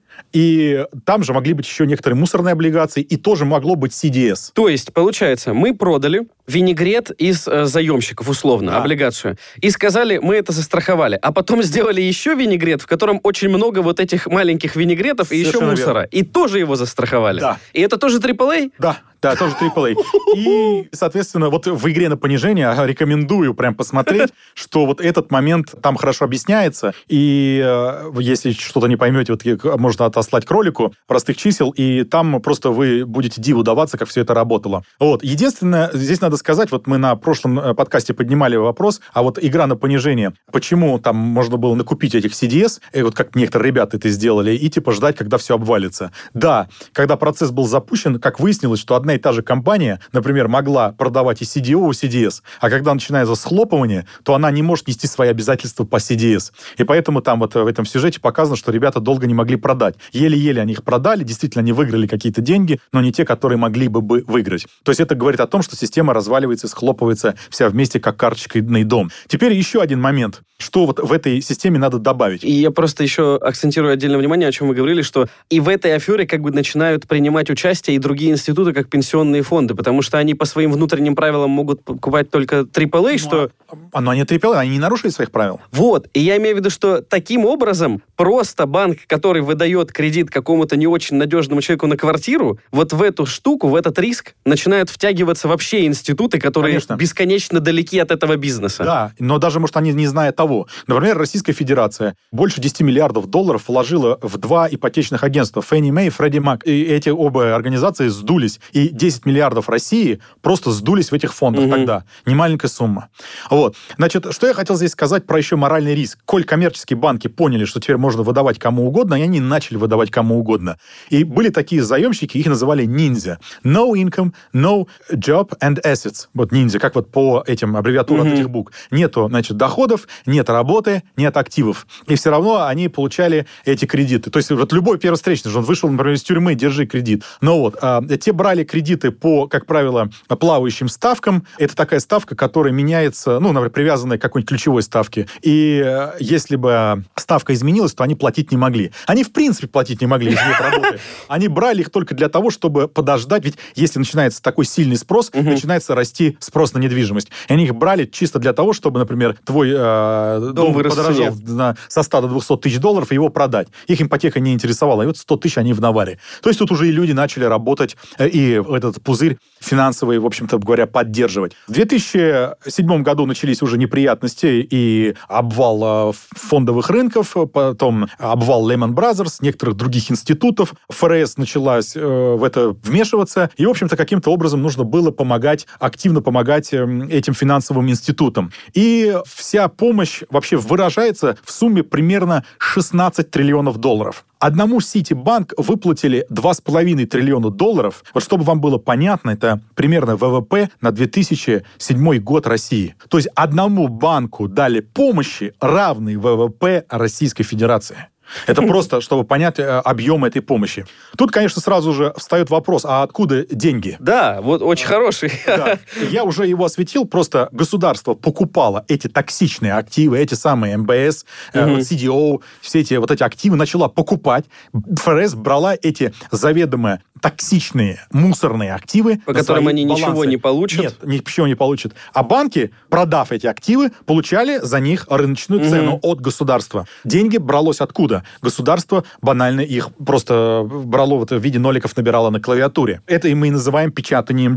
и там же могли быть еще некоторые мусорные облигации, и тоже могло быть си ди эс. То есть, получается, мы продали винегрет из э, заемщиков, условно, да. облигацию, и сказали, мы это застраховали, а потом сделали еще винегрет, в котором очень много вот этих маленьких винегретов и еще мусора, верно. И тоже его застраховали. Да. И это тоже трипл эй? Да. Да, тоже трипл эй. И, соответственно, вот в игре на понижение рекомендую прям посмотреть, что вот этот момент там хорошо объясняется. И э, если что-то не поймете, вот можно отослать к ролику простых чисел, и там просто вы будете диву даваться, как все это работало. Вот. Единственное, здесь надо сказать, вот мы на прошлом подкасте поднимали вопрос, а вот игра на понижение, почему там можно было накупить этих си ди эс, и вот как некоторые ребята это сделали, и типа ждать, когда все обвалится. Да, когда процесс был запущен, как выяснилось, что одна и та же компания, например, могла продавать и си ди о, и си ди эс, а когда начинается схлопывание, то она не может нести свои обязательства по си ди эс. И поэтому там вот в этом сюжете показано, что ребята долго не могли продать. Еле-еле они их продали, действительно, они выиграли какие-то деньги, но не те, которые могли бы, бы выиграть. То есть это говорит о том, что система разваливается и схлопывается вся вместе, как карточный дом. Теперь еще один момент, что вот в этой системе надо добавить. И я просто еще акцентирую отдельное внимание, о чем вы говорили, что и в этой афере как бы начинают принимать участие и другие институты, как пенсионные фонды, потому что они по своим внутренним правилам могут покупать только трипл эй, ну, что... А, но они трипл эй, они не нарушили своих правил. Вот. И я имею в виду, что таким образом просто банк, который выдает кредит какому-то не очень надежному человеку на квартиру, вот в эту штуку, в этот риск начинают втягиваться вообще институты, которые Конечно. бесконечно далеки от этого бизнеса. Да, но даже, может, они не зная того. Например, Российская Федерация больше десять миллиардов долларов вложила в два ипотечных агентства, Фенни Мэй и Фредди Мак. И эти оба организации сдулись. И десять миллиардов России просто сдулись в этих фондах угу. тогда. Немаленькая сумма. Вот. Значит, что я хотел здесь сказать про еще моральный риск. Коль коммерческие банки поняли, что теперь можно выдавать кому угодно, и они начали выдавать кому угодно. И были такие заемщики, их называли ниндзя. No income, no job and assets. Вот ниндзя, как вот по этим аббревиатурам угу. этих букв. Нету, значит, доходов, нет работы, нет активов. И все равно они получали эти кредиты. То есть вот любой первый встречный, он вышел, например, из тюрьмы, держи кредит. Но вот, а, те брали кредиты по, как правило, плавающим ставкам. Это такая ставка, которая меняется, ну, например, привязанная к какой-нибудь ключевой ставке. И э, если бы ставка изменилась, то они платить не могли. Они, в принципе, платить не могли из нет работы. Они брали их только для того, чтобы подождать. Ведь если начинается такой сильный спрос, угу. начинается расти спрос на недвижимость. И они их брали чисто для того, чтобы, например, твой э, дом, дом подорожал на, со ста до двухсот тысяч долларов, и его продать. Их ипотека не интересовала. И вот сто тысяч они в наваре. То есть тут уже и люди начали работать, э, и этот пузырь финансовый, в общем-то говоря, поддерживать. В две тысячи седьмом году начались уже неприятности и обвал э, фондовых рынков, потом обвал Lehman Brothers, некоторых других институтов. эф эр эс началась э, в это вмешиваться, и, в общем-то, каким-то образом нужно было помогать, активно помогать э, этим финансовым институтам. И вся помощь вообще выражается в сумме примерно шестнадцать триллионов долларов. Одному Ситибанк выплатили два с половиной триллиона долларов. Вот чтобы вам было понятно, это примерно вэ вэ пэ на две тысячи седьмой год России. То есть одному банку дали помощи, равной вэ вэ пэ Российской Федерации. Это просто, чтобы понять объем этой помощи. Тут, конечно, сразу же встает вопрос, а откуда деньги? Да, вот очень а, хороший. Да. Я уже его осветил. Просто государство покупало эти токсичные активы, эти самые эм бэ эс, угу. си ди о, все эти вот эти активы начала покупать. эф эр эс брала эти заведомо токсичные, мусорные активы. По которым они балансы. Ничего не получат. Нет, ничего не получат. А банки, продав эти активы, получали за них рыночную угу. цену от государства. Деньги бралось откуда? Государство банально их просто брало в виде ноликов, набирало на клавиатуре. Это и мы называем печатанием денег.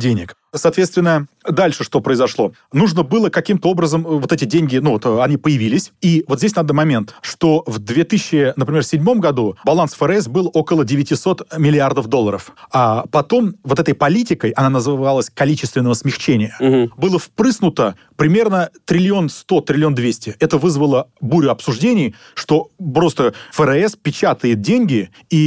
Соответственно, дальше что произошло? Нужно было каким-то образом, вот эти деньги, ну, вот они появились. И вот здесь надо момент, что в две тысячи, например, седьмом году баланс ФРС был около девятьсот миллиардов долларов. А потом вот этой политикой, она называлась количественного смягчения, угу. было впрыснуто примерно триллион сто, триллион двести. Это вызвало бурю обсуждений, что просто ФРС печатает деньги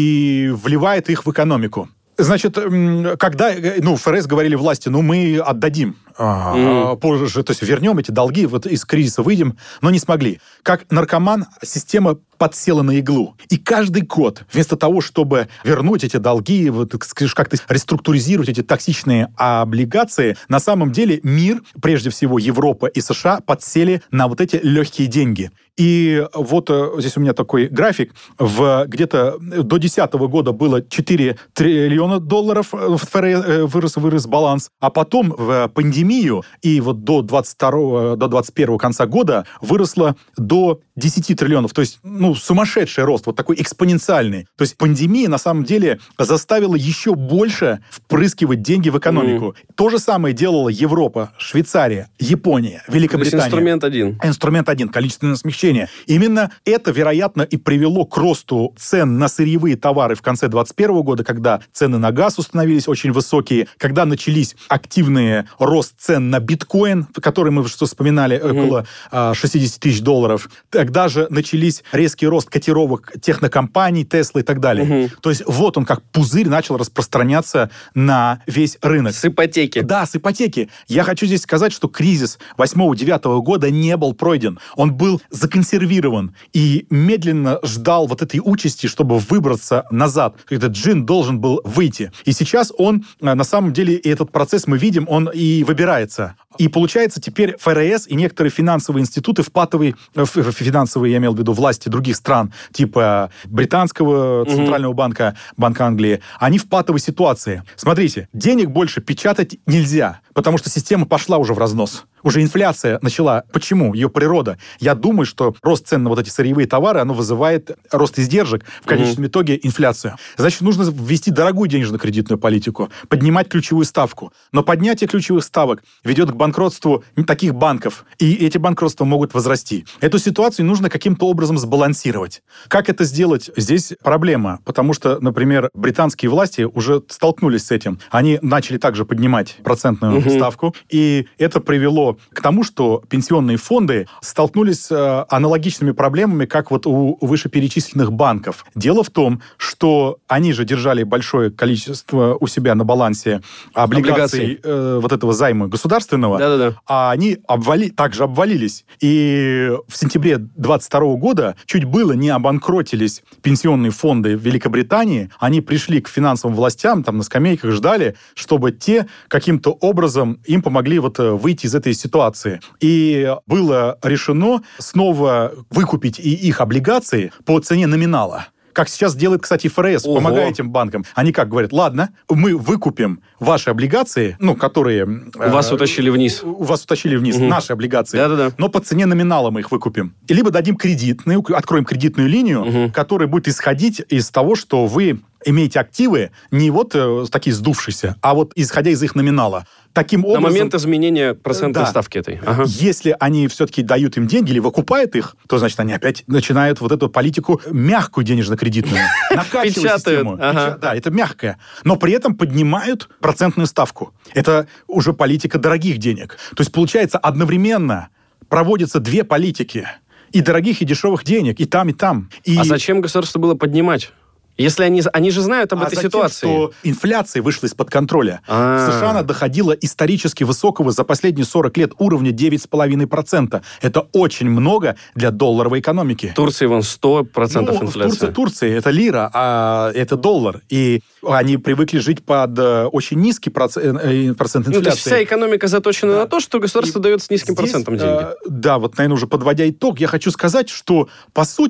и вливает их в экономику. Значит, когда, ну, ФРС говорили власти, ну, мы отдадим mm. позже, то есть вернем эти долги, вот из кризиса выйдем, но не смогли. Как наркоман, система подсела на иглу. И каждый год, вместо того, чтобы вернуть эти долги, вот, как-то реструктуризировать эти токсичные облигации, на самом деле мир, прежде всего Европа и США, подсели на вот эти легкие деньги. И вот здесь у меня такой график. В, где-то до две тысячи десятого года было четыре триллиона долларов в ФРС, вырос, вырос баланс. А потом в пандемию и вот до двадцать второго, до двадцать первого конца года выросло до десять триллионов. То есть, ну, сумасшедший рост, вот такой экспоненциальный. То есть пандемия, на самом деле, заставила еще больше впрыскивать деньги в экономику. Mm. То же самое делала Европа, Швейцария, Япония, Великобритания. То есть инструмент один. Инструмент один, количественное смягчение. Именно это, вероятно, и привело к росту цен на сырьевые товары в конце двадцать первого года, когда цены на газ установились очень высокие, когда начались активный рост цен на биткоин, который мы что вспоминали, mm. около а, шестьдесят тысяч долларов. Тогда же начались резкий рост котировок технокомпаний, Тесла и так далее. Угу. То есть вот он как пузырь начал распространяться на весь рынок. С ипотеки. Да, с ипотеки. Я хочу здесь сказать, что кризис восьмого-девятого года не был пройден. Он был законсервирован и медленно ждал вот этой участи, чтобы выбраться назад. Этот джин должен был выйти. И сейчас он, на самом деле, и этот процесс мы видим, он и выбирается. И получается теперь ФРС и некоторые финансовые институты, в патовые, финансовые, я имел в виду, власти других стран, типа британского центрального mm-hmm. банка, Банка Англии, они в патовой ситуации. Смотрите, денег больше печатать нельзя, потому что система пошла уже в разнос. Уже инфляция начала. Почему? Ее природа. Я думаю, что рост цен на вот эти сырьевые товары, оно вызывает рост издержек, в конечном mm-hmm. итоге инфляцию. Значит, нужно ввести дорогую денежно-кредитную политику, поднимать ключевую ставку. Но поднятие ключевых ставок ведет к банкротству таких банков, и эти банкротства могут возрасти. Эту ситуацию нужно каким-то образом сбалансировать. Как это сделать? Здесь проблема, потому что, например, британские власти уже столкнулись с этим. Они начали также поднимать процентную mm-hmm. ставку, и это привело к тому, что пенсионные фонды столкнулись с э, аналогичными проблемами, как вот у, у вышеперечисленных банков. Дело в том, что они же держали большое количество у себя на балансе облигаций э, вот этого займа государственного, Да-да-да. а они обвали, также обвалились. И в сентябре двадцать второго года чуть было не обанкротились пенсионные фонды в Великобритании. Они пришли к финансовым властям, там на скамейках ждали, чтобы те каким-то образом им помогли вот выйти из этой ситуации. И было решено снова выкупить и их облигации по цене номинала. Как сейчас делает, кстати, ФРС, Ого. помогая этим банкам. Они как говорят, ладно, мы выкупим ваши облигации, ну, которые... Вас э, утащили вниз. Вас утащили вниз, угу. наши облигации. Да-да-да. Но по цене номинала мы их выкупим. И либо дадим кредитную, откроем кредитную линию, угу. которая будет исходить из того, что вы имеете активы не вот э, такие сдувшиеся, а вот исходя из их номинала. Таким образом... На момент изменения процентной да, ставки этой. Ага. Если они все-таки дают им деньги или выкупают их, то, значит, они опять начинают вот эту политику мягкую денежно-кредитную. Накачивать систему. Да, это мягкое. Но при этом поднимают процентную ставку. Это уже политика дорогих денег. То есть, получается, одновременно проводятся две политики. И дорогих, и дешевых денег. И там, и там. И... А зачем государству было поднимать? Если они, они же знают об а этой затем, ситуации. Что инфляция вышла из-под контроля. А-а-а. В США она доходила исторически высокого за последние сорок лет уровня девять целых пять десятых процента. Это очень много для долларовой экономики. В Турции вон сто процентов ну, инфляция. В Турции, Турции это лира, а это доллар. И они привыкли жить под э, очень низкий процент, э, процент инфляции. Ну, то есть вся экономика заточена да. на то, что государство и дает с низким здесь, процентом деньги. Э, да, вот, наверное, уже подводя итог, я хочу сказать, что, по сути,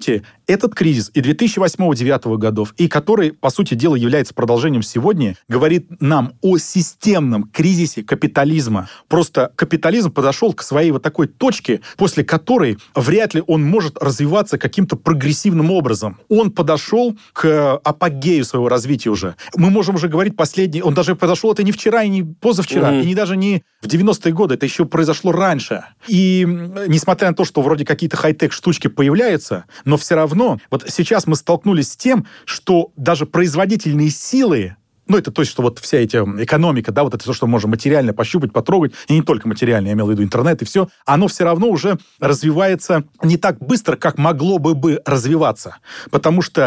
этот кризис и две тысячи восьмого — две тысячи девятого годов, и который, по сути дела, является продолжением сегодня, говорит нам о системном кризисе капитализма. Просто капитализм подошел к своей вот такой точке, после которой вряд ли он может развиваться каким-то прогрессивным образом. Он подошел к апогею своего развития уже. Мы можем уже говорить последний... Он даже подошел, это не вчера и не позавчера, mm-hmm. и не даже не в девяностые годы, это еще произошло раньше. И несмотря на то, что вроде какие-то хай-тек штучки появляются, но все равно вот сейчас мы столкнулись с тем, что даже производительные силы, ну, это то есть, что вот вся эта экономика, да, вот это то, что можем материально пощупать, потрогать, и не только материально, я имел в виду интернет и все, оно все равно уже развивается не так быстро, как могло бы бы развиваться. Потому что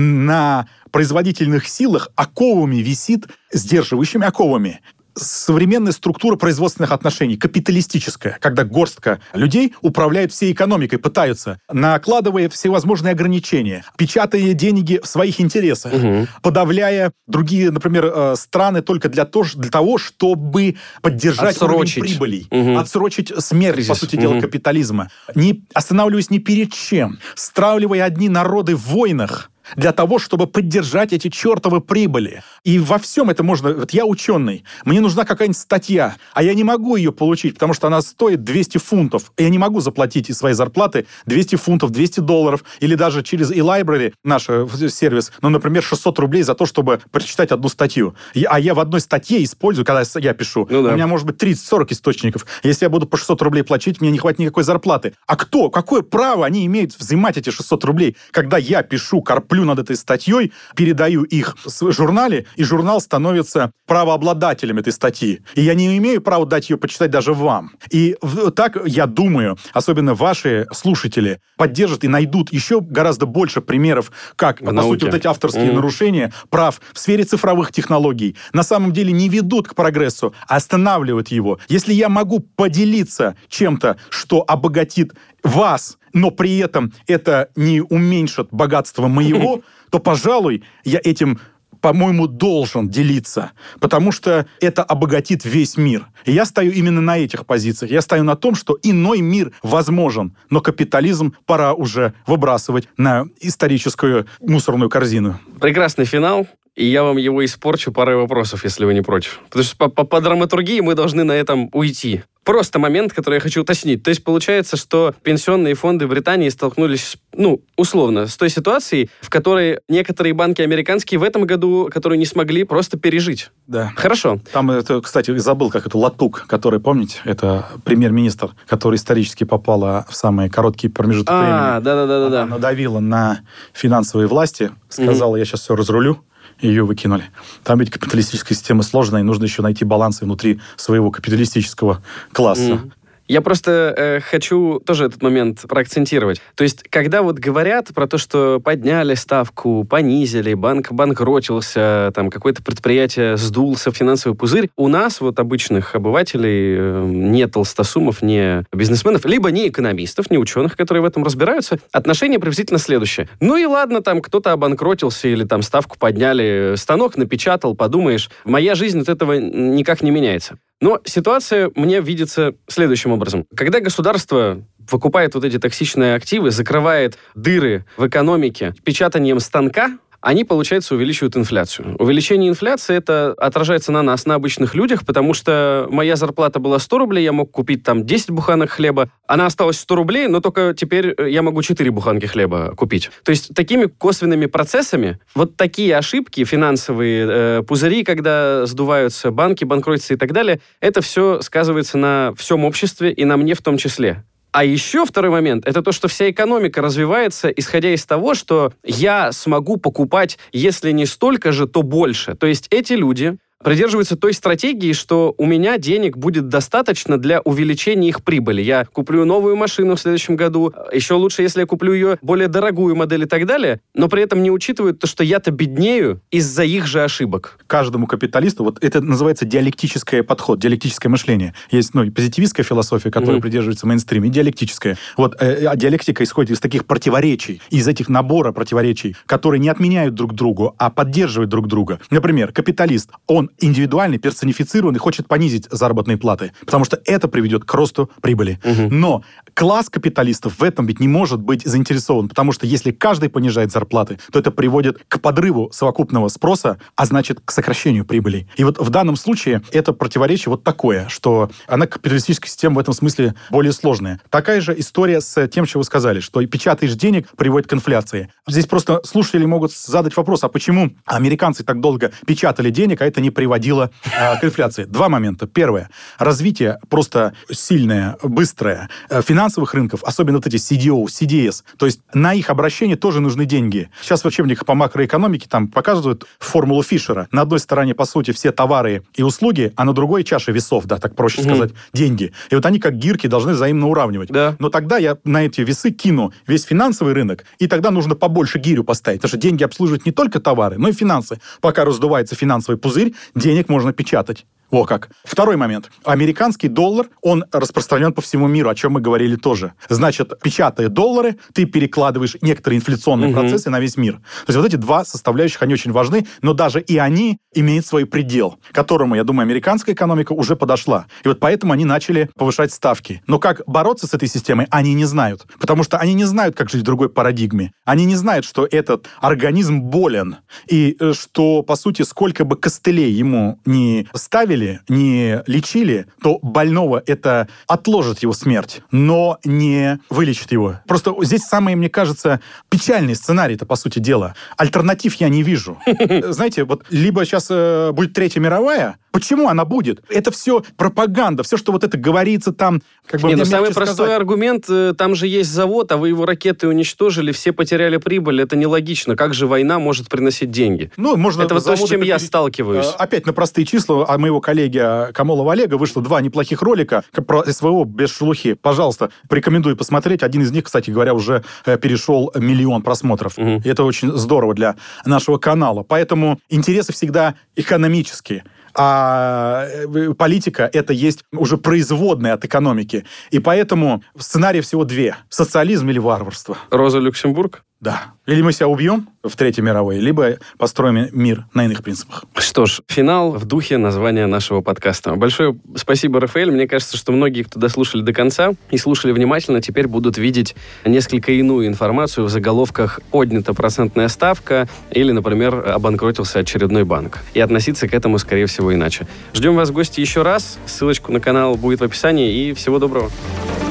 на производительных силах оковами висит, сдерживающими оковами, современная структура производственных отношений, капиталистическая, когда горстка людей управляют всей экономикой, пытаются, накладывая всевозможные ограничения, печатая деньги в своих интересах, угу. подавляя другие, например, страны только для того, для того чтобы поддержать отсрочить. уровень прибылей, угу. отсрочить смерть, Кризис. по сути угу. дела, капитализма, не останавливаясь ни перед чем, стравливая одни народы в войнах, для того, чтобы поддержать эти чертовы прибыли. И во всем это можно... Вот я ученый, мне нужна какая-нибудь статья, а я не могу ее получить, потому что она стоит двести фунтов. И я не могу заплатить из своей зарплаты двести фунтов, двести долларов, или даже через e-library, наш сервис, ну, например, шестьсот рублей за то, чтобы прочитать одну статью. А я в одной статье использую, когда я пишу, ну, да. у меня может быть тридцать-сорок источников. Если я буду по шестьсот рублей платить, мне не хватит никакой зарплаты. А кто? Какое право они имеют взимать эти шестьсот рублей, когда я пишу, корплю над этой статьей, передаю их в журнале, и журнал становится правообладателем этой статьи. И я не имею права дать ее почитать даже вам. И так, я думаю, особенно ваши слушатели поддержат и найдут еще гораздо больше примеров, как, в по науке. сути, вот эти авторские mm. нарушения прав в сфере цифровых технологий на самом деле не ведут к прогрессу, а останавливают его. Если я могу поделиться чем-то, что обогатит вас, но при этом это не уменьшит богатство моего, то, пожалуй, я этим, по-моему, должен делиться, потому что это обогатит весь мир. И я стою именно на этих позициях. Я стою на том, что иной мир возможен, но капитализм пора уже выбрасывать на историческую мусорную корзину. Прекрасный финал. И я вам его испорчу парой вопросов, если вы не против. Потому что по, по, по драматургии мы должны на этом уйти. Просто момент, который я хочу уточнить. То есть получается, что пенсионные фонды Британии столкнулись, ну, условно, с той ситуацией, в которой некоторые банки американские в этом году, которые не смогли просто пережить. Да. Хорошо. Там, это, кстати, забыл, как это Латук, который, помните, это премьер-министр, который исторически попала в самые короткие промежутки времени. А, да-да-да. Она надавила на финансовые власти, сказала, я сейчас все разрулю. Ее выкинули. Там ведь капиталистическая система сложная, и нужно еще найти балансы внутри своего капиталистического класса. Mm. Я просто э, хочу тоже этот момент проакцентировать. То есть, когда вот говорят про то, что подняли ставку, понизили, банк банкротился, там какое-то предприятие сдулся в финансовый пузырь, у нас, вот обычных обывателей, э, не толстосумов, не бизнесменов, либо не экономистов, не ученых, которые в этом разбираются, отношение приблизительно следующее. Ну и ладно, там кто-то обанкротился или там ставку подняли, станок напечатал, подумаешь, моя жизнь от этого никак не меняется. Но ситуация мне видится следующим образом. Когда государство выкупает вот эти токсичные активы, закрывает дыры в экономике печатанием станка, они, получается, увеличивают инфляцию. Увеличение инфляции, это отражается на нас, на обычных людях, потому что моя зарплата была сто рублей, я мог купить там десять буханок хлеба, она осталась сто рублей, но только теперь я могу четыре буханки хлеба купить. То есть такими косвенными процессами вот такие ошибки, финансовые э, пузыри, когда сдуваются банки, банкротятся и так далее, это все сказывается на всем обществе и на мне в том числе. А еще второй момент, это то, что вся экономика развивается, исходя из того, что я смогу покупать, если не столько же, то больше. То есть эти люди придерживаются той стратегии, что у меня денег будет достаточно для увеличения их прибыли. Я куплю новую машину в следующем году, еще лучше, если я куплю ее более дорогую модель и так далее, но при этом не учитывают то, что я-то беднею из-за их же ошибок. Каждому капиталисту, вот это называется диалектический подход, диалектическое мышление. Есть, ну, позитивистская философия, которая mm-hmm. придерживается мейнстрима, и диалектическая. Вот, э, а диалектика исходит из таких противоречий, из этих набора противоречий, которые не отменяют друг другу, а поддерживают друг друга. Например, капиталист, он он индивидуальный, персонифицированный, хочет понизить заработные платы, потому что это приведет к росту прибыли. Угу. Но класс капиталистов в этом ведь не может быть заинтересован, потому что если каждый понижает зарплаты, то это приводит к подрыву совокупного спроса, а значит, к сокращению прибыли. И вот в данном случае это противоречие вот такое, что она, капиталистическая система, в этом смысле более сложная. Такая же история с тем, что вы сказали, что печатаешь денег приводит к инфляции. Здесь просто слушатели могут задать вопрос, а почему американцы так долго печатали денег, а это не приводило а, к инфляции? Два момента. Первое. Развитие просто сильное, быстрое финансовых рынков, особенно вот эти си ди о, си ди эс, то есть на их обращение тоже нужны деньги. Сейчас в учебниках по макроэкономике там показывают формулу Фишера. На одной стороне, по сути, все товары и услуги, а на другой чаше весов, да, так проще угу. сказать, деньги. И вот они как гирки должны взаимно уравнивать. Да. Но тогда я на эти весы кину весь финансовый рынок, и тогда нужно побольше гирю поставить, потому что деньги обслуживают не только товары, но и финансы. Пока раздувается финансовый пузырь, денег можно печатать. О как. Второй момент. Американский доллар, он распространен по всему миру, о чем мы говорили тоже. Значит, печатая доллары, ты перекладываешь некоторые инфляционные угу. процессы на весь мир. То есть вот эти два составляющих, они очень важны, но даже и они имеют свой предел, к которому, я думаю, американская экономика уже подошла. И вот поэтому они начали повышать ставки. Но как бороться с этой системой, они не знают. Потому что они не знают, как жить в другой парадигме. Они не знают, что этот организм болен. И что, по сути, сколько бы костылей ему не ставили, не лечили, то больного это отложит его смерть, но не вылечит его. Просто здесь самый, мне кажется, печальный сценарий-то, по сути дела. Альтернатив я не вижу. Знаете, вот либо сейчас э, будет Третья мировая, почему она будет? Это все пропаганда, все, что вот это говорится там... Как бы, не, ну самый сказать... простой аргумент, там же есть завод, а вы его ракеты уничтожили, все потеряли прибыль, это нелогично. Как же война может приносить деньги? Ну, можно это вот то, с чем я пере... сталкиваюсь. Опять на простые числа, а моего коллеги Камолова Олега вышло два неплохих ролика про эс вэ о без шелухи. Пожалуйста, порекомендую посмотреть. Один из них, кстати говоря, уже перешел миллион просмотров. Угу. И это очень здорово для нашего канала. Поэтому интересы всегда экономические. А политика — это есть уже производная от экономики. И поэтому сценарий всего две. Социализм или варварство. Роза Люксембург? Да. Или мы себя убьем в Третьей мировой, либо построим мир на иных принципах. Что ж, финал в духе названия нашего подкаста. Большое спасибо, Рафаэль. Мне кажется, что многие, кто дослушали до конца и слушали внимательно, теперь будут видеть несколько иную информацию в заголовках «Поднята процентная ставка» или, например, «Обанкротился очередной банк». И относиться к этому, скорее всего, иначе. Ждем вас в гости еще раз. Ссылочку на канал будет в описании. И всего доброго.